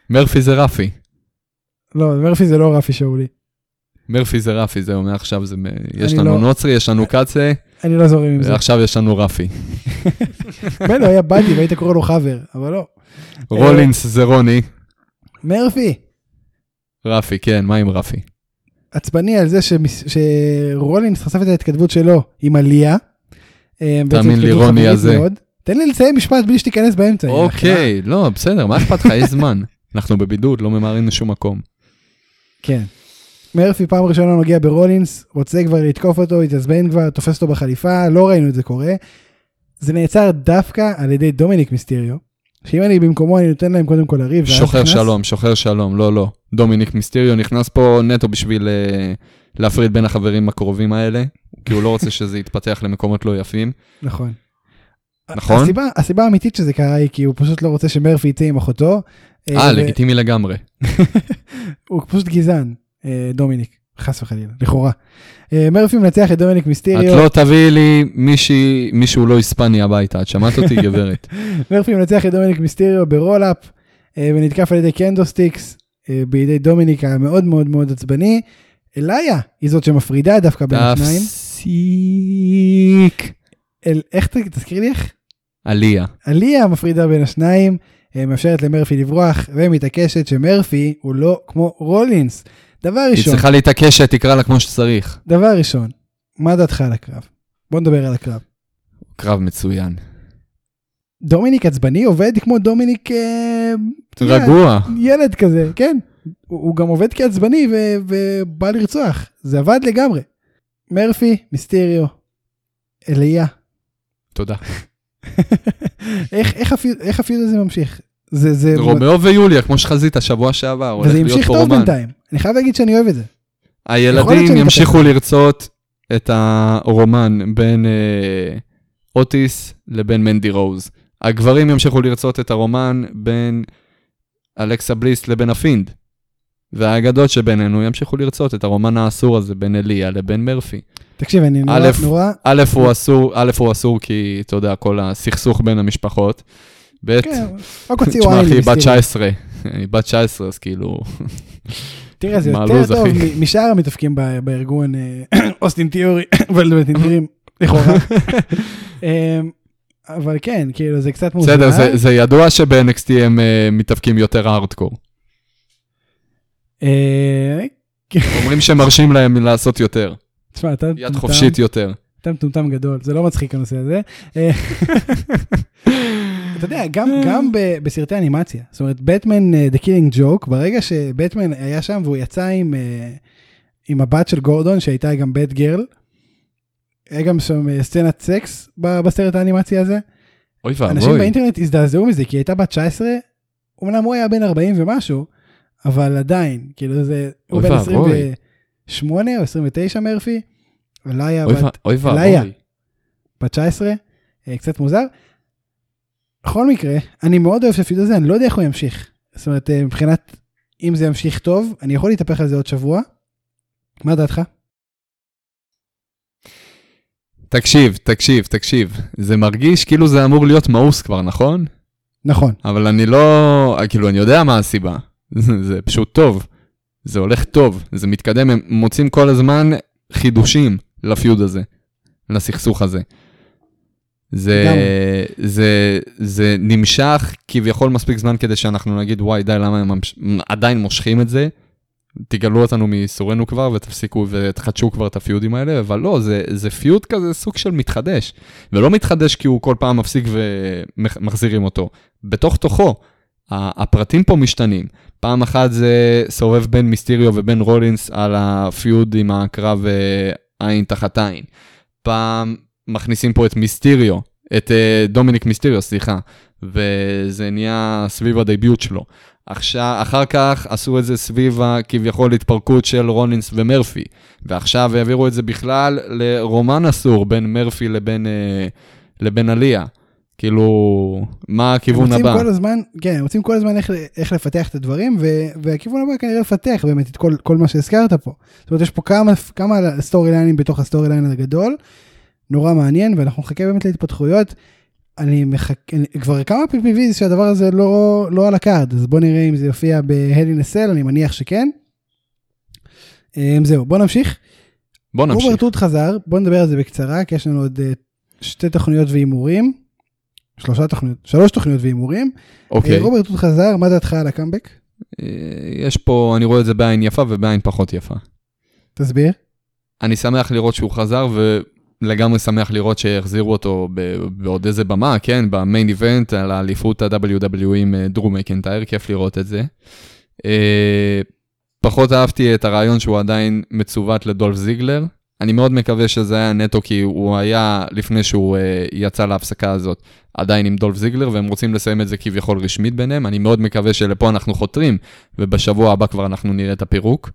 מרפי זה רפי. לא, מרפי זה לא רפי שאולי. מרפי זה רפי, זהו, מעכשיו זה... יש לנו נוצרי, יש לנו קצה. אני לא זורם עם זה. ועכשיו יש לנו רפי. בלו, היה בדי והיית קורא לו חבר, אבל לא. רולינס זה רוני. מרפי. רפי, כן, מה עם רפי? עצבני על זה שרולינס חשף את ההתכתבות שלו עם עלייה. תאמין לי, רוני הזה. תן לי לציין משפט בלי שתיכנס באמצע. אוקיי, לא, בסדר, מה אכפת לך? יש זמן. אנחנו בבידוד, לא ממהרים לשום מקום. כן. מרפי פעם ראשונה נוגע ברולינס, רוצה כבר לתקוף אותו, התעצבן כבר, תופס אותו בחליפה, לא ראינו את זה קורה. זה נעצר דווקא על ידי דומיניק מיסטריו, שאם אני במקומו אני נותן להם קודם כל לריב. שוחר שלום, שוחר שלום, לא, לא. דומיניק מיסטריו נכנס פה נטו בשביל להפריד בין החברים הקרובים האלה, כי הוא לא רוצה שזה יתפתח למקומות לא יפים. נכון. נכון? הסיבה, הסיבה האמיתית שזה קרה היא כי הוא פשוט לא רוצה שמרפי יצא עם אחותו. אה, לגיטימי לגמרי. הוא פשוט גזען, דומיניק, חס וחלילה, לכאורה. מרפי מנצח את דומיניק מיסטריו. את לא תביאי לי מישהי, מישהו לא היספני הביתה, את שמעת אותי גברת. מרפי מנצח את דומיניק מיסטריו ברולאפ, ונתקף על ידי קנדוסטיקס, בידי דומיניק המאוד מאוד מאוד עצבני. אליה היא זאת שמפרידה דווקא בין השניים. תפסיק. איך תזכיר לי איך? עליה. עליה מפרידה בין השניים, מאפשרת למרפי לברוח, ומתעקשת שמרפי הוא לא כמו רולינס. דבר ראשון. היא צריכה להתעקשת, תקרא לה כמו שצריך. דבר ראשון, מה דעתך על הקרב? בוא נדבר על הקרב. קרב מצוין. דומיניק עצבני עובד כמו דומיניק... רגוע. ילד כזה, כן. הוא גם עובד כעצבני ובא לרצוח. זה עבד לגמרי. מרפי, מיסטריו, אליה. תודה. איך, איך, הפיוד, איך הפיוד הזה ממשיך? זה, זה... רומאו ויוליה, כמו שחזית השבוע שעבר, וזה ימשיך טוב בינתיים. אני חייב להגיד שאני אוהב את זה. הילדים ימשיכו לרצות את הרומן בין אה, אוטיס לבין מנדי רוז. הגברים ימשיכו לרצות את הרומן בין אלכסה בליס לבין הפינד. והאגדות שבינינו ימשיכו לרצות את הרומן האסור הזה בין אליה לבין מרפי. תקשיב, אני נורא, נורא... א' הוא אסור, א' הוא אסור כי, אתה יודע, כל הסכסוך בין המשפחות. ב', תשמע, היא בת תשע עשרה. היא בת תשע עשרה, אז כאילו... תראה, זה יותר טוב משאר המתאפקים בארגון אוסטין תיאורי, ולדמתים תיאורים, לכאורה. אבל כן, כאילו, זה קצת מוזר. בסדר, זה ידוע שב-אן אקס טי הם מתאפקים יותר הארדקור. אומרים שמרשים להם לעשות יותר. תשמע, אתה... יד חופשית יותר. אתה מטומטם גדול, זה לא מצחיק הנושא הזה. אתה יודע, גם בסרטי אנימציה, זאת אומרת, בטמן The Killing Joke, ברגע שבטמן היה שם והוא יצא עם הבת של גורדון, שהייתה גם בט גרל, היה גם שם סצנת סקס בסרט האנימציה הזה. אוי ואבוי. אנשים באינטרנט הזדעזעו מזה, כי היא הייתה בת תשע עשרה, אומנם הוא היה בן ארבעים ומשהו, אבל עדיין, כאילו זה, הוא בן עשרים ושמונה או עשרים ותשע מרפי, אליה בת תשע עשרה, קצת מוזר. בכל מקרה, אני מאוד אוהב שהפיוד הזה, אני לא יודע איך הוא ימשיך. זאת אומרת, מבחינת, אם זה ימשיך טוב, אני יכול להתהפך על זה עוד שבוע. מה דעתך? תקשיב, תקשיב, תקשיב. זה מרגיש כאילו זה אמור להיות מאוס כבר, נכון? נכון. אבל אני לא, כאילו, אני יודע מה הסיבה. זה פשוט טוב. זה הולך טוב. זה מתקדם. הם מוצאים כל הזמן חידושים לפיוד הזה, לסכסוך הזה. זה, זה, זה נמשך כביכול מספיק זמן כדי שאנחנו נגיד, וואי, די, למה הם עדיין מושכים את זה? תגלו אותנו מסורנו כבר ותפסיקו ותחדשו כבר את הפיודים האלה, אבל לא, זה, זה פיוד כזה סוג של מתחדש. ולא מתחדש כי הוא כל פעם מפסיק ומחזירים אותו. בתוך תוכו, הפרטים פה משתנים. פעם אחת זה סובב בין מיסטריו ובין רולינס על הפיוד עם הקרב עין תחת עין. פעם מכניסים פה את מיסטריו, את דומיניק מיסטריו, סליחה, וזה נהיה סביב הדיביוט שלו. עכשיו, אחר כך עשו את זה סביב כביכול התפרקות של רולינס ומרפי, ועכשיו העבירו את זה בכלל לרומן אסור בין מרפי לבין, לבין עליה. כאילו, מה הכיוון הבא? רוצים כל הזמן, כן, רוצים כל הזמן איך, איך לפתח את הדברים, והכיוון הבא כנראה לפתח באמת את כל, כל מה שהזכרת פה. זאת אומרת, יש פה כמה, כמה סטורי ליינים בתוך הסטורי ליין הגדול, נורא מעניין, ואנחנו נחכה באמת להתפתחויות. אני מחכה, כבר כמה פי פי וי שהדבר הזה לא, לא על הקארד, אז בוא נראה אם זה יופיע ב-Hell in a Cell, אני מניח שכן. זהו, בוא נמשיך. בוא נמשיך. רוברט ווד חזר, בוא נדבר על זה בקצרה, כי יש לנו עוד שתי תוכניות ואימורים, שלושה תוכניות, שלוש תוכניות ואימורים. אוקיי. רוברט ווד חזר, מה דעתך על הקאמבק? יש פה, אני רואה את זה בעין יפה ובעין פחות יפה. תסביר. אני שמח לראות שהוא חזר, ולגמרי שמח לראות שהחזירו אותו בעוד איזה במה, כן, במיין איבנט, על האליפות ה-דאבליו דאבליו עם דרו מקנטייר, כיף לראות את זה. פחות אהבתי את הרעיון שהוא עדיין מצוות לדולף זיגלר. אני מאוד מקווה שזה היה נטו, כי הוא היה, לפני שהוא יצא להפסקה הזאת, עדיין עם דולף זיגלר, והם רוצים לסיים את זה כביכול רשמית ביניהם. אני מאוד מקווה שלפה אנחנו חותרים, ובשבוע הבא כבר אנחנו נראה את הפירוק.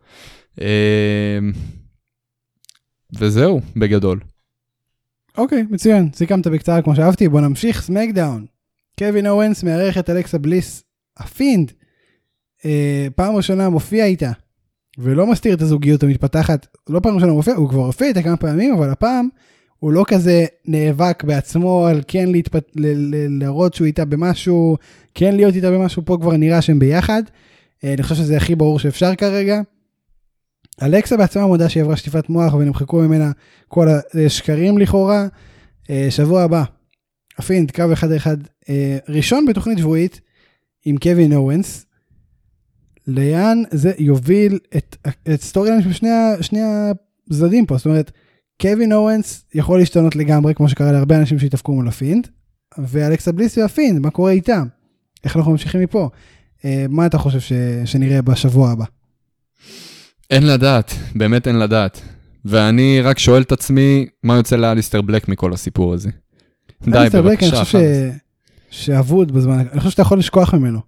וזהו, בגדול. אוקיי, מצוין. סיכמת בקצרה כמו שאהבתי. בוא נמשיך. סמקדאון. קווין אורנס מארח את אלכסה בליס, הפינד. פעם ראשונה מופיע איתה, ולא מסתיר את הזוגיות המתפתחת. לא פעם ראשונה מופיע, הוא כבר הופיע איתה כמה פעמים, אבל הפעם הוא לא כזה נאבק בעצמו על כן להתפת... ל- ל- להראות שהוא איתה במשהו, כן להיות איתה במשהו, פה כבר נראה שהם ביחד. אני חושב שזה הכי ברור שאפשר כרגע. אלכסה בעצמה מודה שהיא עברה שטיפת מוח, ונמחקו ממנה כל השקרים לכאורה. שבוע הבא, הפינד, קו אחד אחד, ראשון בתוכנית שבועית, עם קווין אורנס. לאן זה יוביל את, את סטורי ליין של שני, שני הצדדים פה. זאת אומרת, קווין אורנס יכול להשתנות לגמרי, כמו שקרה להרבה אנשים שהתאפקו מול הפינד, ואלכסה בליס והפינד, מה קורה איתם? איך אנחנו ממשיכים מפה? מה אתה חושב ש, שנראה בשבוע הבא? אין לדעת, באמת אין לדעת. ואני רק שואל את עצמי, מה יוצא לאליסטר בלק מכל הסיפור הזה? די, אליסטר בלק, בבקשה. אני חושב שעבוד בזמן, אני חושב שאתה יכול לשכוח ממנו.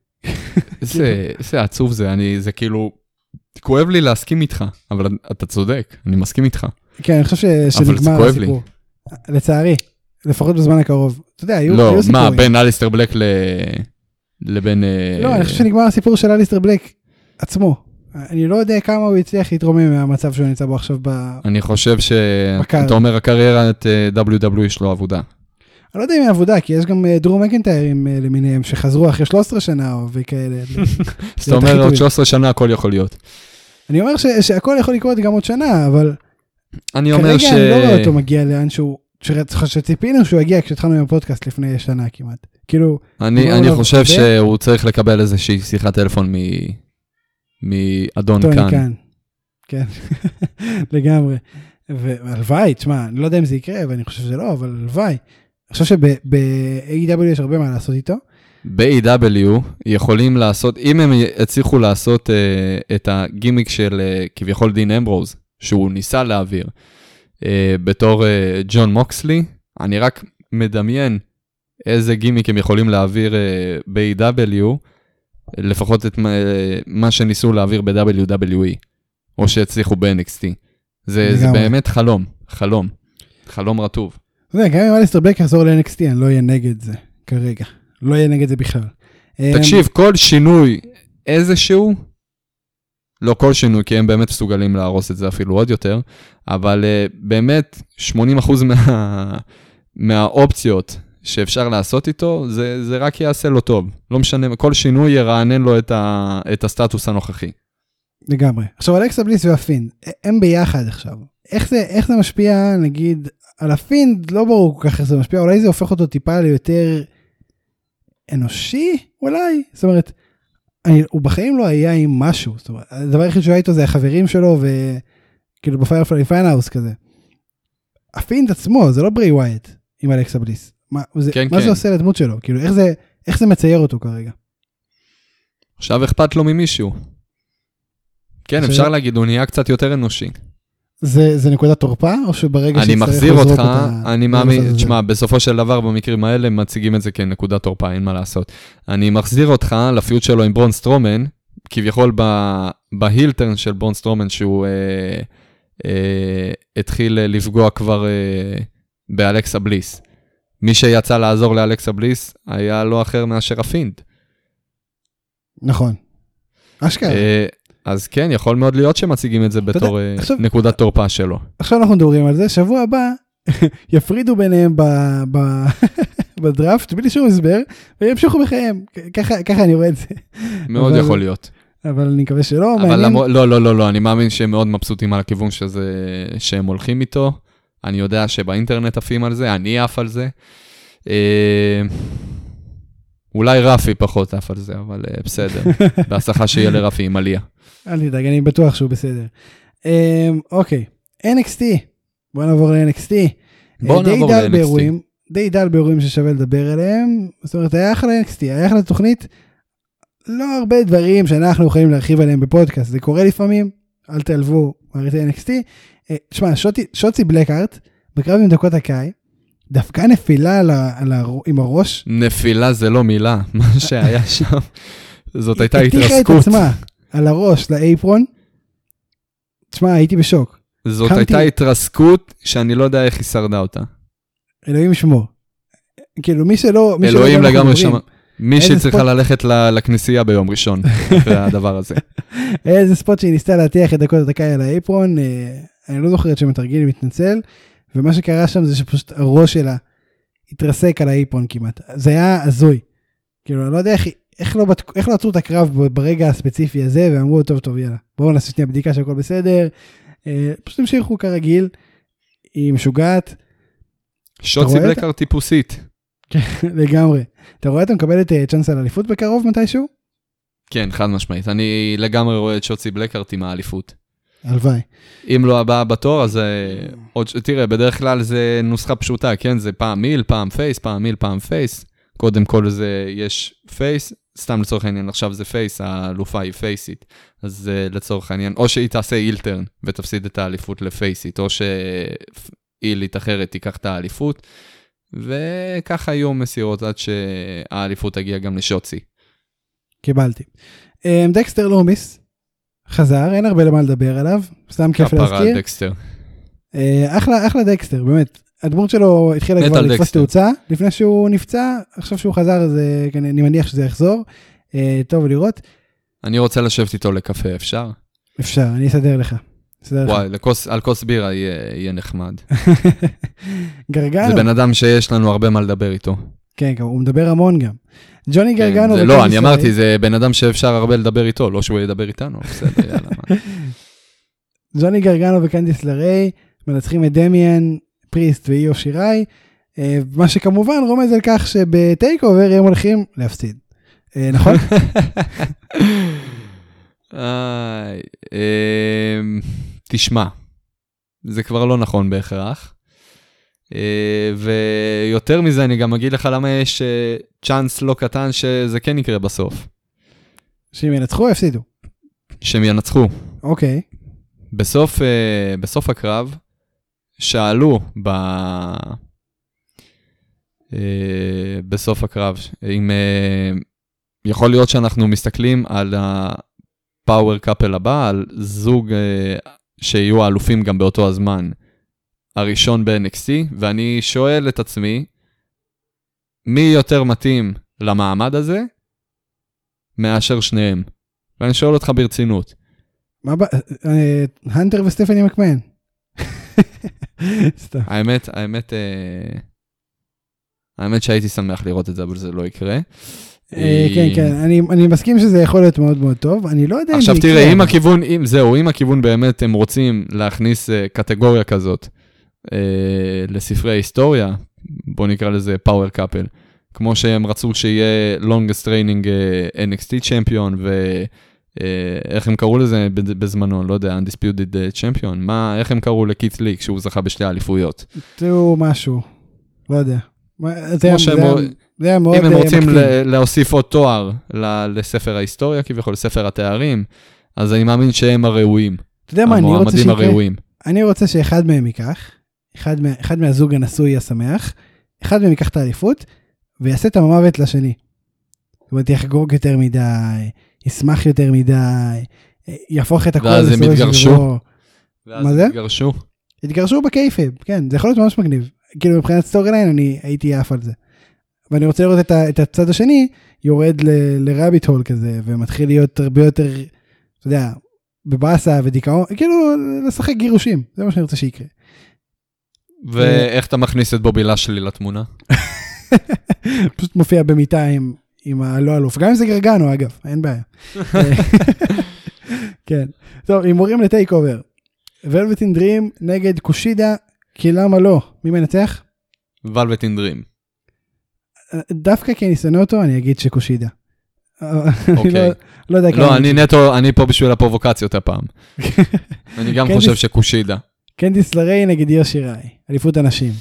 איזה עצוב זה, אני, זה כאילו, כואב לי להסכים איתך, אבל אתה צודק, אני מסכים איתך. כן, אני חושב שנגמר הסיפור. לצערי, לפחות בזמן הקרוב. אתה יודע, היו סיפורים. לא, מה, בין אליסטר בלק לבין... לא, אני חושב שנגמר הסיפור של אליסטר בלק עצמו. אני לא יודע כמה הוא הצליח להתרומם מהמצב שהוא נמצא בו עכשיו ב... אני חושב שאתה אומר, הקריירת דאבליו דאבליו יש לו עבודה. אני לא יודע אם היא עבודה, כי יש גם דרו מקנטיירים למיניהם שחזרו אחרי שלוש עשרה שנה או וכאלה. זאת אומרת, עוד שלוש עשרה שנה הכל יכול להיות. אני אומר שהכל יכול לקרות גם עוד שנה, אבל... אני אומר ש... כרגע אני לא רואה אותו מגיע לאן שהוא... שציפינו שהוא יגיע כשהתחלנו עם הפודקאסט לפני שנה כמעט. כאילו... אני חושב שהוא צריך לקבל איזושהי שיחת טלפון מאדון כאן. כן, לגמרי. והלוואי, תשמע, אני לא יודע אם זה יקרה, ואני חושב שזה לא, אבל הלוואי. אני חושב שב-איי אי דאבליו יש הרבה מה לעשות איתו. ב-איי אי דאבליו יכולים לעשות, אם הם הצליחו לעשות uh, את הגימיק של uh, כביכול דין אמברוז, שהוא ניסה להעביר, uh, בתור uh, ג'ון מוקסלי, אני רק מדמיין איזה גימיק הם יכולים להעביר uh, ב-איי אי דאבליו, לפחות את uh, מה שניסו להעביר ב-דאבליו דאבליו אי, או שהצליחו ב-אן אקס טי. זה, זה באמת חלום, חלום, חלום רטוב. זה, גם אם אליסטר בלק יחזור ל-אן אקס טי, אני לא אהיה נגד זה כרגע. לא יהיה נגד זה בכלל. תקשיב, כל שינוי איזשהו, לא כל שינוי, כי הם באמת מסוגלים להרוס את זה אפילו עוד יותר, אבל באמת שמונים אחוז מה, מהאופציות שאפשר לעשות איתו, זה, זה רק יעשה לו טוב. לא משנה, כל שינוי ירענן לו את, ה, את הסטטוס הנוכחי. לגמרי. עכשיו, אלכסה בליס והפינד, הם ביחד עכשיו. איך זה, איך זה משפיע, נגיד, על הפינד, לא ברור כל כך איך זה משפיע, אולי זה הופך אותו טיפה ליותר אנושי, אולי? זאת אומרת, אני, הוא בחיים לא היה עם משהו, זאת אומרת, הדבר היחיד שהוא היה איתו זה החברים שלו, וכאילו בפיירפליי פיינהאוס כזה. הפינד עצמו, זה לא ברי ווייט עם אלכסה בליס. מה, זה, כן, מה כן. זה עושה לדמות שלו? כאילו, איך זה, איך זה מצייר אותו כרגע? עכשיו אכפת לו ממישהו. כן, אפשר להגיד, הוא נהיה קצת יותר אנושי. זה, זה נקודת תורפה, או שברגע אני מחזיר אותך, אני מאמין, תשמע, בסופו של דבר במקרים האלה מציגים את זה כנקודת תורפה, אין מה לעשות. אני מחזיר אותך לפיוט שלו עם ברון סטרומן, כביכול בהילטרן של ברון סטרומן, שהוא אה, אה, התחיל לפגוע כבר אה, באלכסה בליס. מי שיצא לעזור לאלכסה בליס, היה לא אחר מאשר הפינד. נכון. אשכרה. אה, אז כן, יכול מאוד להיות שמציגים את זה בתור עכשיו, נקודת תורפה שלו. עכשיו אנחנו מדברים על זה, שבוע הבא יפרידו ביניהם ב, ב, בדראפט, בלי שום הסבר, וימשיכו בחייהם. ככה, ככה אני רואה את זה. מאוד יכול להיות. אבל אני מקווה שלא. אבל למור, לא, לא, לא, לא, אני מאמין שהם מאוד מבסוטים על הכיוון שזה, שהם הולכים איתו. אני יודע שבאינטרנט עפים על זה, אני עף על זה. אה, אולי רפי פחות עף על זה, אבל אה, בסדר. בהצלחה שיהיה לרפי עם עלייה. אל תדאג, אני בטוח שהוא בסדר. אה, אוקיי, אן אקס טי. בוא נעבור ל-אן אקס טי. בוא נעבור ל-אן אקס טי. די דל באירועים ששווה לדבר עליהם. זאת אומרת, היה אחלה אן אקס טי, היה אחלה תוכנית. לא הרבה דברים שאנחנו יכולים להרחיב עליהם בפודקאסט, זה קורה לפעמים, אל תעלבו, מעריתי אן אקס טי. תשמע, שוצי בלקארט, בקרב עם דקות הקאי, דווקא נפילה על ה, על ה, עם הראש. נפילה זה לא מילה, מה שהיה שם, זאת הייתה התרסקות. היא התיחה את עצמה על הראש לאייפרון, תשמע, הייתי בשוק. זאת קמתי... הייתה התרסקות שאני לא יודע איך היא שרדה אותה. אלוהים שמור. כאילו, מי שלא... מי אלוהים שלא לגמרי שם... מי שצריכה ספוט... ללכת לכנסייה ביום ראשון, אחרי הדבר הזה. איזה ספוט שהיא ניסתה להטיח את דקות הקאי על האייפרון, אני לא זוכרת שמתרגיל מתנצל, ומה שקרה שם זה שפשוט הראש שלה התרסק על האייפרון כמעט. זה היה הזוי. כאילו, אני לא יודע איך, איך, לא, איך לא עצרו את הקרב ברגע הספציפי הזה, ואמרו, טוב, טוב, יאללה, בואו נעשה שנייה בדיקה שהכל בסדר, פשוט המשיכו כרגיל, היא משוגעת. שוצי בלקארט טיפוסית. לגמרי. אתה רואה, אתה מקבל את צ'אנס על אליפות בקרוב מתישהו? כן, חד משמעית. אני לגמרי רואה את שוצי בלקארט עם האליפות. הלוואי. אם לא הבאה בתור, אז עוד, תראה, בדרך כלל זה נוסחה פשוטה, כן? זה פעם מיל, פעם פייס, פעם מיל, פעם פייס. קודם כל זה יש פייס, סתם לצורך העניין, עכשיו זה פייס, האלופה היא פייסית. אז לצורך העניין, או שהיא תעשה אילטרן ותפסיד את האליפות לפייסית, או שאילית אחרת תיקח את האליפות. וככה יהיו מסירות עד שהאליפות תגיע גם לשוצי. קיבלתי. דקסטר לומיס חזר, אין הרבה למה לדבר עליו, סתם כיף להזכיר. כפרה דקסטר. אחלה, אחלה דקסטר, באמת. הדמות שלו התחילה כבר לתפוס תאוצה, לפני שהוא נפצע, עכשיו שהוא חזר, אני מניח שזה יחזור. טוב לראות. אני רוצה לשבת איתו לקפה, אפשר? אפשר, אני אסדר לך. וואי, לקוס, על כוס בירה יהיה, יהיה נחמד. גרגנו. זה בן אדם שיש לנו הרבה מה לדבר איתו. כן, הוא מדבר המון גם. ג'וני כן, גרגנו. זה לא, אני ישראל. אמרתי, זה בן אדם שאפשר הרבה לדבר איתו, לא שהוא ידבר איתנו. בסדר, יאללה. ג'וני גרגנו וקנדיס לריי, מנצחים את דמיאן, פריסט ואיו שיראי, מה שכמובן רומז על כך שבטייק אובר הם הולכים להפסיד. נכון? איי, תשמע, זה כבר לא נכון בהכרח, ויותר מזה אני גם אגיד לך למה יש צ'אנס לא קטן שזה כן יקרה בסוף. שהם ינצחו או יפסידו? שהם ינצחו. אוקיי. בסוף, בסוף הקרב, שאלו ב... בסוף הקרב, אם יכול להיות שאנחנו מסתכלים על הפאוור קאפל הבא, על זוג שיהיו האלופים גם באותו הזמן, הראשון ב-אן אקס טי, ואני שואל את עצמי, מי יותר מתאים למעמד הזה, מאשר שניהם? ואני שואל אותך ברצינות. מה בא? הנטר וסטפני מקמן. האמת, האמת, האמת שהייתי שמח לראות את זה, אבל זה לא יקרה. כן, כן, אני מסכים שזה יכול להיות מאוד מאוד טוב, אני לא יודע אם זה יקרה. עכשיו תראה, אם הכיוון, זהו, אם הכיוון באמת הם רוצים להכניס קטגוריה כזאת לספרי ההיסטוריה, בוא נקרא לזה פאוור קאפל, כמו שהם רצו שיהיה longest training אן אקס טי champion, ואיך הם קראו לזה בזמנו, לא יודע, undisputed champion, מה, איך הם קראו לקית' לי כשהוא זכה בשתי האליפויות? תראו משהו, לא יודע. כמו שהם... אם הם רוצים להוסיף עוד תואר לספר ההיסטוריה, כביכול לספר התארים, אז אני מאמין שהם הראויים. אתה יודע מה אני רוצה שיקרה? אני רוצה שאחד מהם ייקח, אחד מהזוג הנשוי השמח, אחד מהם ייקח את האליפות, ויעשה את המוות לשני. זאת אומרת, יחגוג יותר מדי, ישמח יותר מדי, יהפוך את הכל ואז הם יתגרשו. מה זה? יתגרשו. יתגרשו בקייפים, כן, זה יכול להיות ממש מגניב. כאילו מבחינת סטורי ליין אני הייתי אף על זה. ואני רוצה לראות את, ה, את הצד השני, יורד ל, לרביט הול כזה, ומתחיל להיות הרבה יותר, אתה יודע, בבאסה ודיכאון, כאילו לשחק גירושים, זה מה שאני רוצה שיקרה. ואיך אתה מכניס את בובי לשלי לתמונה? פשוט מופיע במיטה עם, עם הלא אלוף, גם אם זה גרגנו אגב, אין בעיה. כן, טוב, הימורים לטייק אובר. Velvet in Dream נגד קושידה, כי למה לא? מי מנצח? Velvet in Dream. דווקא כי אני שונא אותו, אני אגיד שקושידה. אוקיי. לא יודע לא, אני נטו, אני פה בשביל הפרובוקציות הפעם. אני גם חושב שקושידה. קנדיס לריי נגד יו שיראי, אליפות הנשים.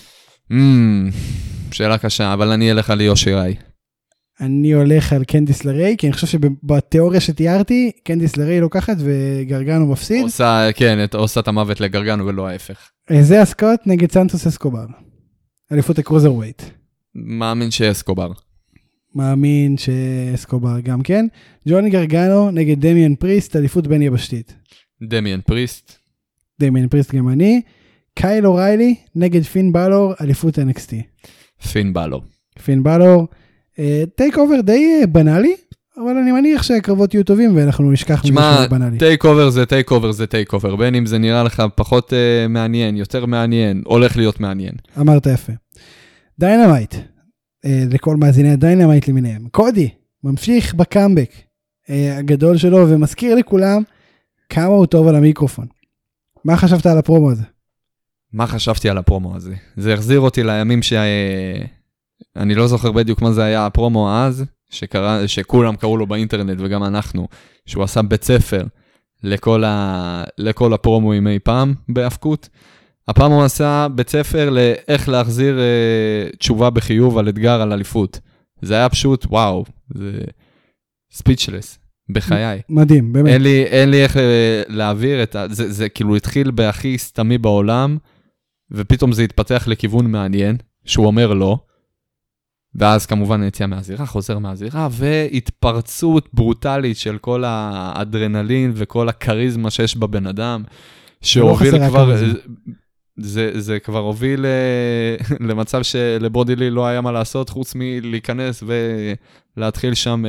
שאלה קשה, אבל אני אלך על יו שיראי. אני הולך על קנדיס לריי, כי אני חושב שבתיאוריה שתיארתי, קנדיס לריי לוקחת וגרגנו מפסיד. עושה, כן, עושה את המוות לגרגנו ולא ההפך. זה הסקוט נגד סנטוס אסקובר. אליפות הקרוזר ווייט. מאמין שאסקובר. מאמין שאסקובר גם כן. ג'וני גרגנו נגד דמיאן פריסט, אליפות בין יבשתית. דמיאן פריסט. דמיאן פריסט גם אני. קייל אוריילי נגד פין בלור, אליפות אן אקס טי. פין בלור. פין בלור. טייק אובר די בנאלי, אבל אני מניח שהקרבות יהיו טובים ואנחנו נשכח מזה שזה בנאלי. טייק אובר זה טייק אובר זה טייק אובר, בין אם זה נראה לך פחות uh, מעניין, יותר מעניין, הולך להיות מעניין. אמרת יפה. דיינמייט, uh, לכל מאזיני הדיינמייט למיניהם. קודי, ממשיך בקאמבק uh, הגדול שלו ומזכיר לכולם כמה הוא טוב על המיקרופון. מה חשבת על הפרומו הזה? מה חשבתי על הפרומו הזה? זה החזיר אותי לימים ש... אני לא זוכר בדיוק מה זה היה הפרומו אז, שקרא, שכולם קראו לו באינטרנט וגם אנחנו, שהוא עשה בית ספר לכל, ה, לכל הפרומואים אי פעם בהפקות. הפעם הוא עשה בית ספר לאיך להחזיר אה, תשובה בחיוב על אתגר על אליפות. זה היה פשוט, וואו, זה ספיצ'לס, בחיי. מדהים, באמת. אין לי, אין לי איך אה, להעביר את זה, זה, זה כאילו התחיל בהכי סתמי בעולם, ופתאום זה התפתח לכיוון מעניין, שהוא אומר לא, ואז כמובן יציאה מהזירה, חוזר מהזירה, והתפרצות ברוטלית של כל האדרנלין וכל הקריזמה שיש בבן אדם, שהוביל כבר, זה, זה כבר הוביל למצב שלבודילי לא היה מה לעשות, חוץ מלהיכנס ולהתחיל שם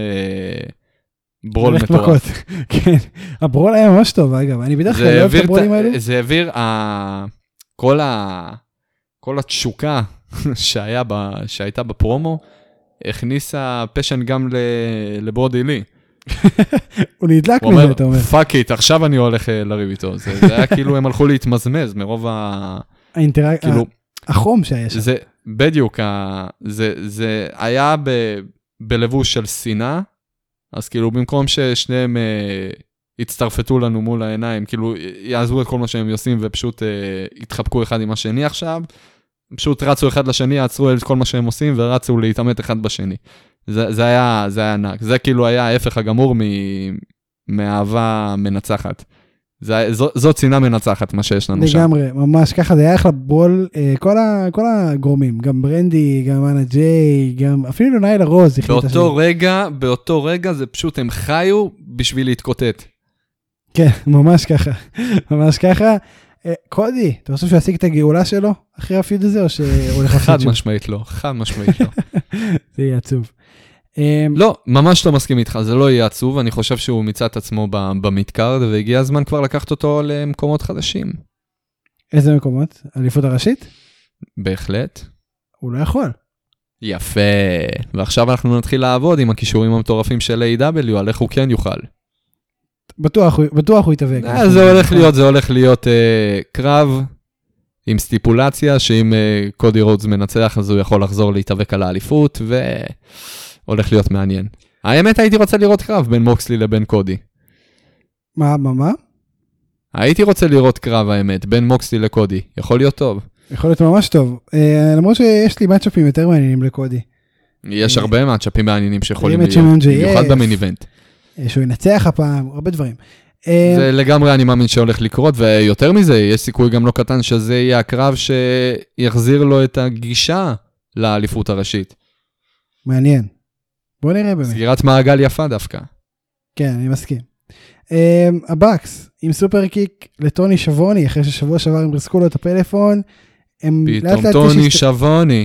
ברול מטורף. כן, הברול היה ממש טוב, אגב, אני בדרך כלל לא אוהב את הברולים האלו. זה העביר כל ה... כל התשוקה שהיה ב, שהייתה בפרומו, הכניסה פשן גם לברודי לי. הוא נדלק מזה, אתה אומר. פאק איט, עכשיו אני הולך לריב איתו. זה, זה היה כאילו, הם הלכו להתמזמז מרוב ה... האינטראק... כאילו, החום שהיה שם. זה, בדיוק, ה, זה, זה היה ב, בלבוש של שנאה, אז כאילו, במקום ששניהם אה, הצטרפתו לנו מול העיניים, כאילו, יעזבו את כל מה שהם עושים, ופשוט אה, התחבקו אחד עם השני עכשיו, פשוט רצו אחד לשני, עצרו את כל מה שהם עושים, ורצו להתאמת אחד בשני. זה, זה היה, זה היה ענק. זה כאילו היה ההפך הגמור מ, מאהבה מנצחת. זה, זו, זו צינה מנצחת, מה שיש לנו שם. לגמרי, ממש ככה, זה היה אחלה ברול, כל, ה, כל הגורמים, גם ברנדי, גם אנה ג'יי, גם אפילו ניילה רוז. באותו רגע, באותו רגע זה פשוט, הם חיו בשביל להתקוטט. כן, ממש ככה, ממש ככה. קודי, אתה חושב שהוא ישיג את הגאולה שלו אחרי הפיוד הזה, או שהוא הולך חד משמעית לא, חד משמעית לא. זה יהיה עצוב. לא, ממש לא מסכים איתך, זה לא יהיה עצוב, אני חושב שהוא מיצה את עצמו במידקארד, והגיע הזמן כבר לקחת אותו למקומות חדשים. איזה מקומות? אליפות הראשית? בהחלט. הוא לא יכול. יפה, ועכשיו אנחנו נתחיל לעבוד עם הכישורים המטורפים של איי דאבליו, על איך הוא כן יוכל. בטוח, בטוח הוא יתאבק. זה הולך להיות, זה הולך להיות קרב עם סטיפולציה, שאם קודי רודס מנצח, אז הוא יכול לחזור להתאבק על האליפות, והולך להיות מעניין. האמת, הייתי רוצה לראות קרב בין מוקסלי לבין קודי. מה, מה, מה? הייתי רוצה לראות קרב, האמת, בין מוקסלי לקודי. יכול להיות טוב. יכול להיות ממש טוב. למרות שיש לי מאצ'אפים יותר מעניינים לקודי. יש הרבה מאצ'אפים מעניינים שיכולים להיות, במיוחד במיין איבנט. שהוא ינצח הפעם, הרבה דברים. זה לגמרי אני מאמין שהולך לקרות, ויותר מזה, יש סיכוי גם לא קטן שזה יהיה הקרב שיחזיר לו את הגישה לאליפות הראשית. מעניין. בוא נראה באמת. סגירת מעגל יפה דווקא. כן, אני מסכים. הבאקס, עם סופר קיק לטוני שבוני, אחרי ששבוע שעבר הם רסקו לו את הפלאפון, פתאום טוני שבוני.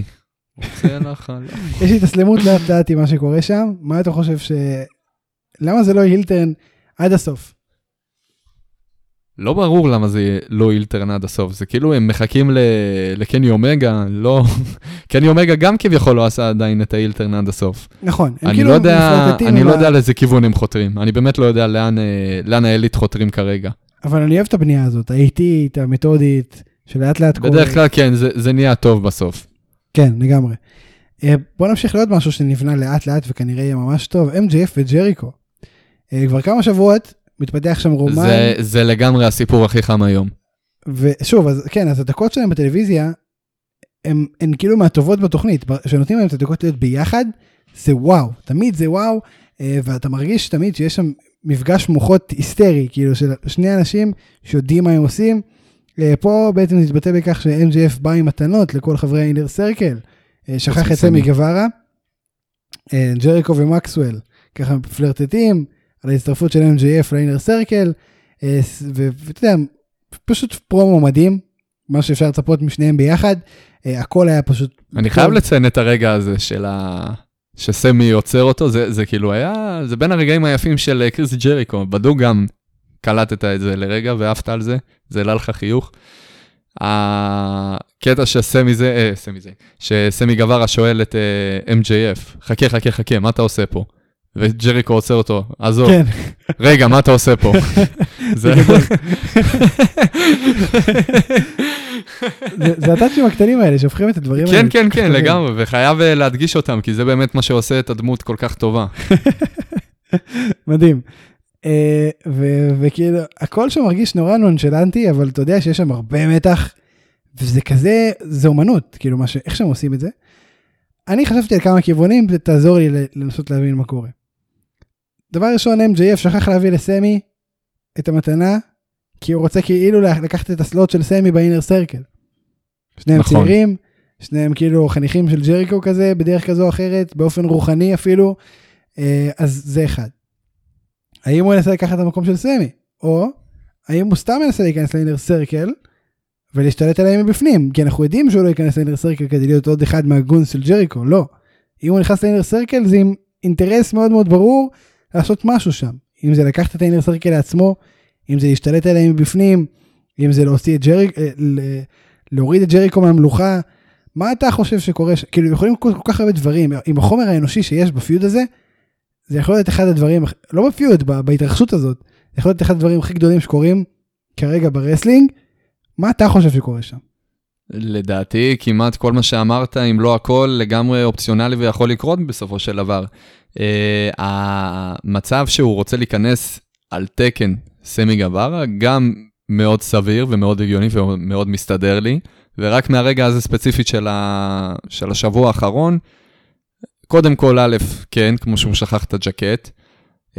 יש התאסלמות לאט לאט עם מה שקורה שם, מה אתה חושב ש... למה זה לא הילטרן עד הסוף? לא ברור למה זה לא אילטרן עד הסוף, זה כאילו הם מחכים לקני אומגה, לא, קני אומגה גם כביכול לא עשה עדיין את האילטרן עד הסוף. נכון, הם כאילו מפלטטים. אני לא יודע לאיזה כיוון הם חותרים, אני באמת לא יודע לאן האליט חותרים כרגע. אבל אני אוהב את הבנייה הזאת, האיטית, המתודית, שלאט לאט קורה. בדרך כלל כן, זה נהיה טוב בסוף. כן, לגמרי. בוא נמשיך לעוד משהו שנבנה לאט לאט וכנראה יהיה ממש טוב, אם ג'י אף וג'ריקו. כבר כמה שבועות מתפתח שם רומן. זה, זה לגמרי הסיפור הכי חם היום. ושוב, אז כן, אז הדקות שלהם בטלוויזיה, הן, הן כאילו מהטובות בתוכנית, שנותנים להם את הדקות להיות ביחד, זה וואו, תמיד זה וואו, ואתה מרגיש תמיד שיש שם מפגש מוחות היסטרי, כאילו של שני אנשים שיודעים מה הם עושים. פה בעצם נתבטא בכך ש-אם ג'י אף בא עם מתנות לכל חברי האינר סרקל, שכח את סמי גווארה, ג'ריקו ומקסואל, ככה פלרטטים, על ההצטרפות של אם ג'י אף לאינר סרקל, ואתה יודע, פשוט פרומו מדהים, מה שאפשר לצפות משניהם ביחד, הכל היה פשוט... אני חייב לציין את הרגע הזה של ה... שסמי יוצר אותו, זה, זה כאילו היה, זה בין הרגעים היפים של קריס ג'ריקו, בדוק גם קלטת את זה לרגע ואהבת על זה, זה העלה לך חיוך. הקטע שסמי זה, אה, סמי זה, שסמי גווארה שואל את אה, אם ג'י אף, חכה, חכה, חכה, מה אתה עושה פה? וג'ריקו עוצר אותו, עזוב, כן. רגע, מה אתה עושה פה? זה זה הטאצ'ים הקטנים האלה, שהופכים את הדברים האלה. כן, כן, כן, לגמרי, וחייב להדגיש אותם, כי זה באמת מה שעושה את הדמות כל כך טובה. מדהים. וכאילו, הכל שמרגיש נורא נונשלנטי, אבל אתה יודע שיש שם הרבה מתח, וזה כזה, זה אומנות, כאילו, איך שהם עושים את זה. אני חשבתי על כמה כיוונים, ותעזור לי לנסות להבין מה קורה. דבר ראשון, אם ג'י אף שכח להביא לסמי את המתנה, כי הוא רוצה כאילו לקחת את הסלוט של סמי באינר סרקל. שניהם נכון. צעירים, שניהם כאילו חניכים של ג'ריקו כזה, בדרך כזו או אחרת, באופן רוחני אפילו, אז זה אחד. האם הוא ינסה לקחת את המקום של סמי? או האם הוא סתם ינסה להיכנס לאינר סרקל, ולהשתלט עליהם מבפנים? כי אנחנו יודעים שהוא לא ייכנס לאינר סרקל כדי להיות עוד אחד מהגונס של ג'ריקו, לא. אם הוא נכנס לאינר סרקל, זה עם אינטרס מאוד מאוד ברור לעשות משהו שם. אם זה לקחת את האינר סרקל לעצמו, אם זה להשתלט עליהם מבפנים, אם זה להוציא את ג'ריק, להוריד את ג'ריקו מהמלוכה, מה אתה חושב שקורה? כאילו, יכולים כל, כל כך הרבה דברים, עם החומר האנושי שיש בפיוד הזה, זה יכול להיות אחד הדברים, לא בפיוד, בהתרחשות הזאת, זה יכול להיות אחד הדברים הכי גדולים שקורים כרגע ברסלינג. מה אתה חושב שקורה שם? לדעתי, כמעט כל מה שאמרת, אם לא הכל, לגמרי אופציונלי ויכול לקרות בסופו של דבר. Uh, המצב שהוא רוצה להיכנס על תקן סמי גווארה, גם מאוד סביר ומאוד הגיוני ומאוד מסתדר לי, ורק מהרגע הזה ספציפית של, ה... של השבוע האחרון, קודם כל א', כן, כמו שהוא שכח את הג'קט, uh,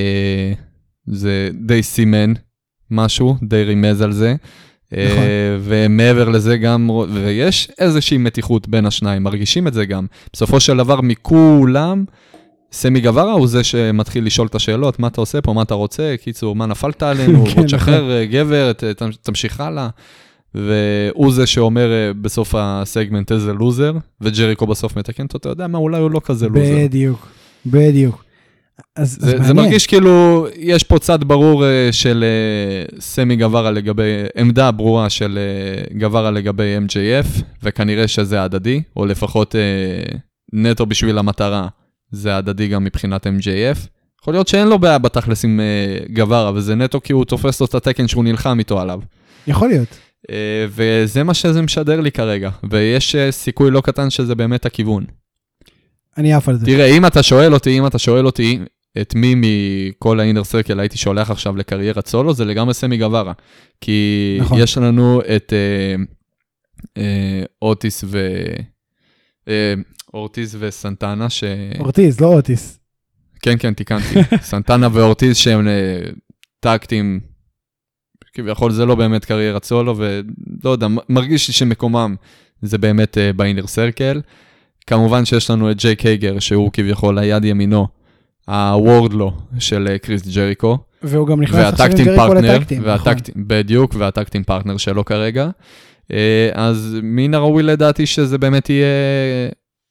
זה די סימן משהו, די רימז על זה, נכון. ומעבר לזה גם, ויש איזושהי מתיחות בין השניים, מרגישים את זה גם. בסופו של דבר מכולם, סמי גווארה הוא זה שמתחיל לשאול את השאלות, מה אתה עושה פה, מה אתה רוצה, קיצור, מה נפלת עלינו, בוא תשחרר גבר, תמשיך הלאה, והוא זה שאומר בסוף הסגמנט איזה לוזר, וג'ריקו בסוף מתקן אותו, אתה יודע מה, אולי הוא לא כזה לוזר. בדיוק, בדיוק. אז, זה, אז זה מרגיש כאילו, יש פה צד ברור של uh, סמי גווארה לגבי, עמדה ברורה של uh, גווארה לגבי אם ג'י אף, וכנראה שזה הדדי, או לפחות uh, נטו בשביל המטרה, זה הדדי גם מבחינת אם ג'י אף. יכול להיות שאין לו בעיה בתכלס עם uh, גווארה, וזה נטו כי הוא תופס לו את התקן שהוא נלחם איתו עליו. יכול להיות. Uh, וזה מה שזה משדר לי כרגע, ויש uh, סיכוי לא קטן שזה באמת הכיוון. אני אף על זה. תראה, אם אתה שואל אותי, אם אתה שואל אותי, את מי מכל האינר סרקל הייתי שולח עכשיו לקריירת סולו, זה לגמרי סמי גווארה. כי נכון. יש לנו את אה, אה, אוטיס ו... אה, אורטיס וסנטנה ש... אורטיס, לא אוטיס. כן, כן, תיקנתי. סנטנה ואורטיס שהם טקטים, כביכול זה לא באמת קריירת סולו, ולא יודע, מרגיש לי שמקומם זה באמת אה, באינר סרקל. כמובן שיש לנו את ג'ייק הייגר, שהוא כביכול היד ימינו, הוורדלו של קריס ג'ריקו. והוא גם נכנס עכשיו עם ג'ריקו לטקטים. בדיוק, והטקטים פרטנר שלו כרגע. אז מן הראוי לדעתי שזה באמת יהיה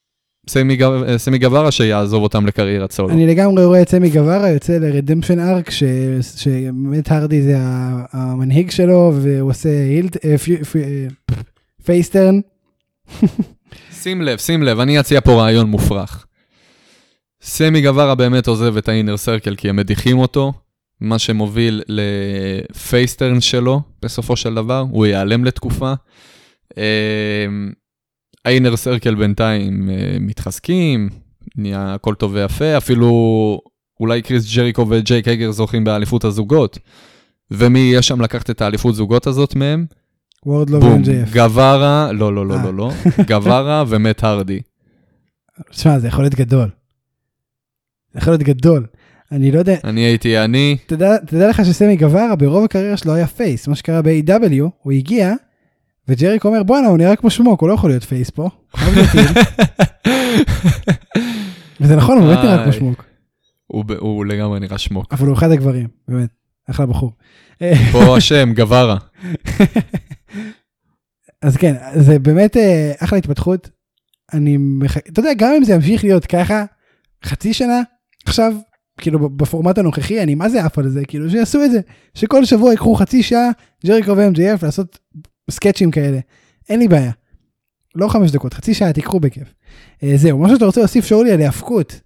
סמי, גב, סמי גווארה שיעזוב אותם לקריירת סולו. אני לגמרי רואה את סמי גווארה יוצא לרדמפשן ארק, ש, שבאמת הרדי זה המנהיג שלו, והוא עושה הילט, פייסטרן. שים לב, שים לב, אני אציע פה רעיון מופרך. סמי גווארה באמת עוזב את האינר סרקל, כי הם מדיחים אותו, מה שמוביל לפייסטרן שלו, בסופו של דבר, הוא ייעלם לתקופה. האינר סרקל בינתיים מתחזקים, נהיה הכל טוב ויפה, אפילו אולי קריס ג'ריקו וג'ייק הגר זוכים באליפות הזוגות, ומי יהיה שם לקחת את האליפות זוגות הזאת מהם? בום, גווארה, לא, לא, לא, לא, לא, גווארה ומט הרדי. תשמע, זה יכול להיות גדול. זה יכול להיות גדול. אני לא יודע... אני הייתי אני... תדע, תדע לך שסמי גווארה ברוב הקריירה שלו היה פייס, מה שקרה ב-איי דאבליו, הוא הגיע, וג'ריק אומר, בואנה, הוא נראה כמו שמוק, הוא לא יכול להיות פייס פה. וזה נכון, הוא באמת נראה כמו שמוק. הוא לגמרי נראה שמוק. אבל הוא אחד הגברים, באמת, אחלה בחור. פה השם, גווארה. אז כן, זה באמת אחלה התפתחות. אני מח... אתה יודע, גם אם זה ימשיך להיות ככה, חצי שנה, עכשיו, כאילו בפורמט הנוכחי, אני מה זה אף על זה, כאילו שיעשו את זה, שכל שבוע יקחו חצי שעה, ג'ריקו ו-אם ג'י אף לעשות סקצ'ים כאלה, אין לי בעיה. לא חמש דקות, חצי שעה תיקחו בכיף. זהו, מה שאתה רוצה להוסיף שאולי על ההפקות.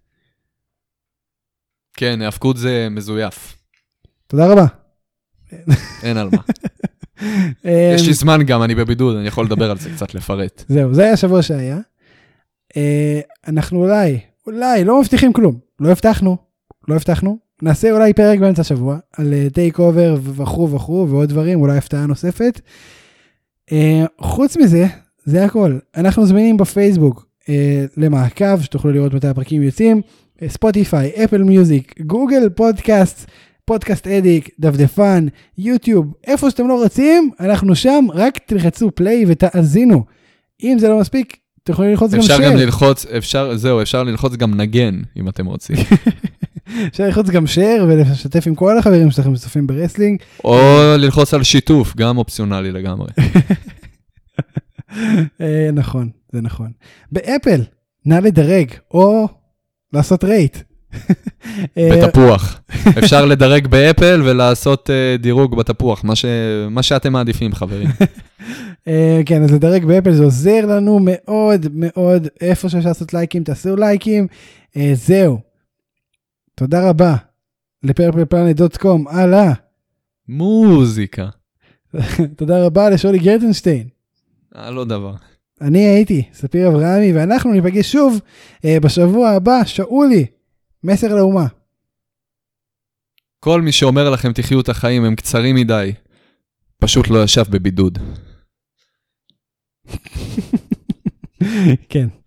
כן, ההפקות זה מזויף. תודה רבה. אין על מה. יש לי זמן גם, אני בבידוד, אני יכול לדבר על זה קצת לפרט. זהו, זה היה השבוע שהיה. אנחנו אולי, אולי, לא מבטיחים כלום. לא הבטחנו, לא הבטחנו. נעשה אולי פרק באמצע השבוע, על טייק אובר וכו' וכו' ועוד דברים, אולי הפתעה נוספת. חוץ מזה, זה הכל. אנחנו זמינים בפייסבוק למעקב, שתוכלו לראות מתי הפרקים יוצאים, ספוטיפיי, אפל מיוזיק, גוגל פודקאסט, פודקאסט אדיק, דפדפן, יוטיוב, איפה שאתם לא רוצים, אנחנו שם, רק תלחצו פליי ותאזינו. אם זה לא מספיק, אתם יכולים ללחוץ גם אפשר share. גם ללחוץ, אפשר, זהו, אפשר ללחוץ גם נגן, אם אתם רוצים. אפשר ללחוץ גם share ולשתף עם כל החברים שלכם שצופים ברסלינג. או ללחוץ על שיתוף, גם אופציונלי לגמרי. נכון, זה נכון. באפל, נא לדרג, או לעשות רייט. בתפוח. אפשר לדרג באפל ולעשות דירוג בתפוח, מה, ש... מה שאתם מעדיפים, חברים. כן, אז לדרג באפל זה עוזר לנו מאוד מאוד, איפה שאפשר לעשות לייקים, תעשו לייקים. זהו. תודה רבה לפרפל פלנט דוט קום, הלאה. מוזיקה. תודה רבה לשולי גרטנשטיין. אה, לא דבר. אני הייתי ספיר אברהמי, ואנחנו ניפגש שוב בשבוע הבא. שאולי, מסר לאומה. כל מי שאומר לכם תחיו את החיים הם קצרים מדי, פשוט לא ישב בבידוד. כן.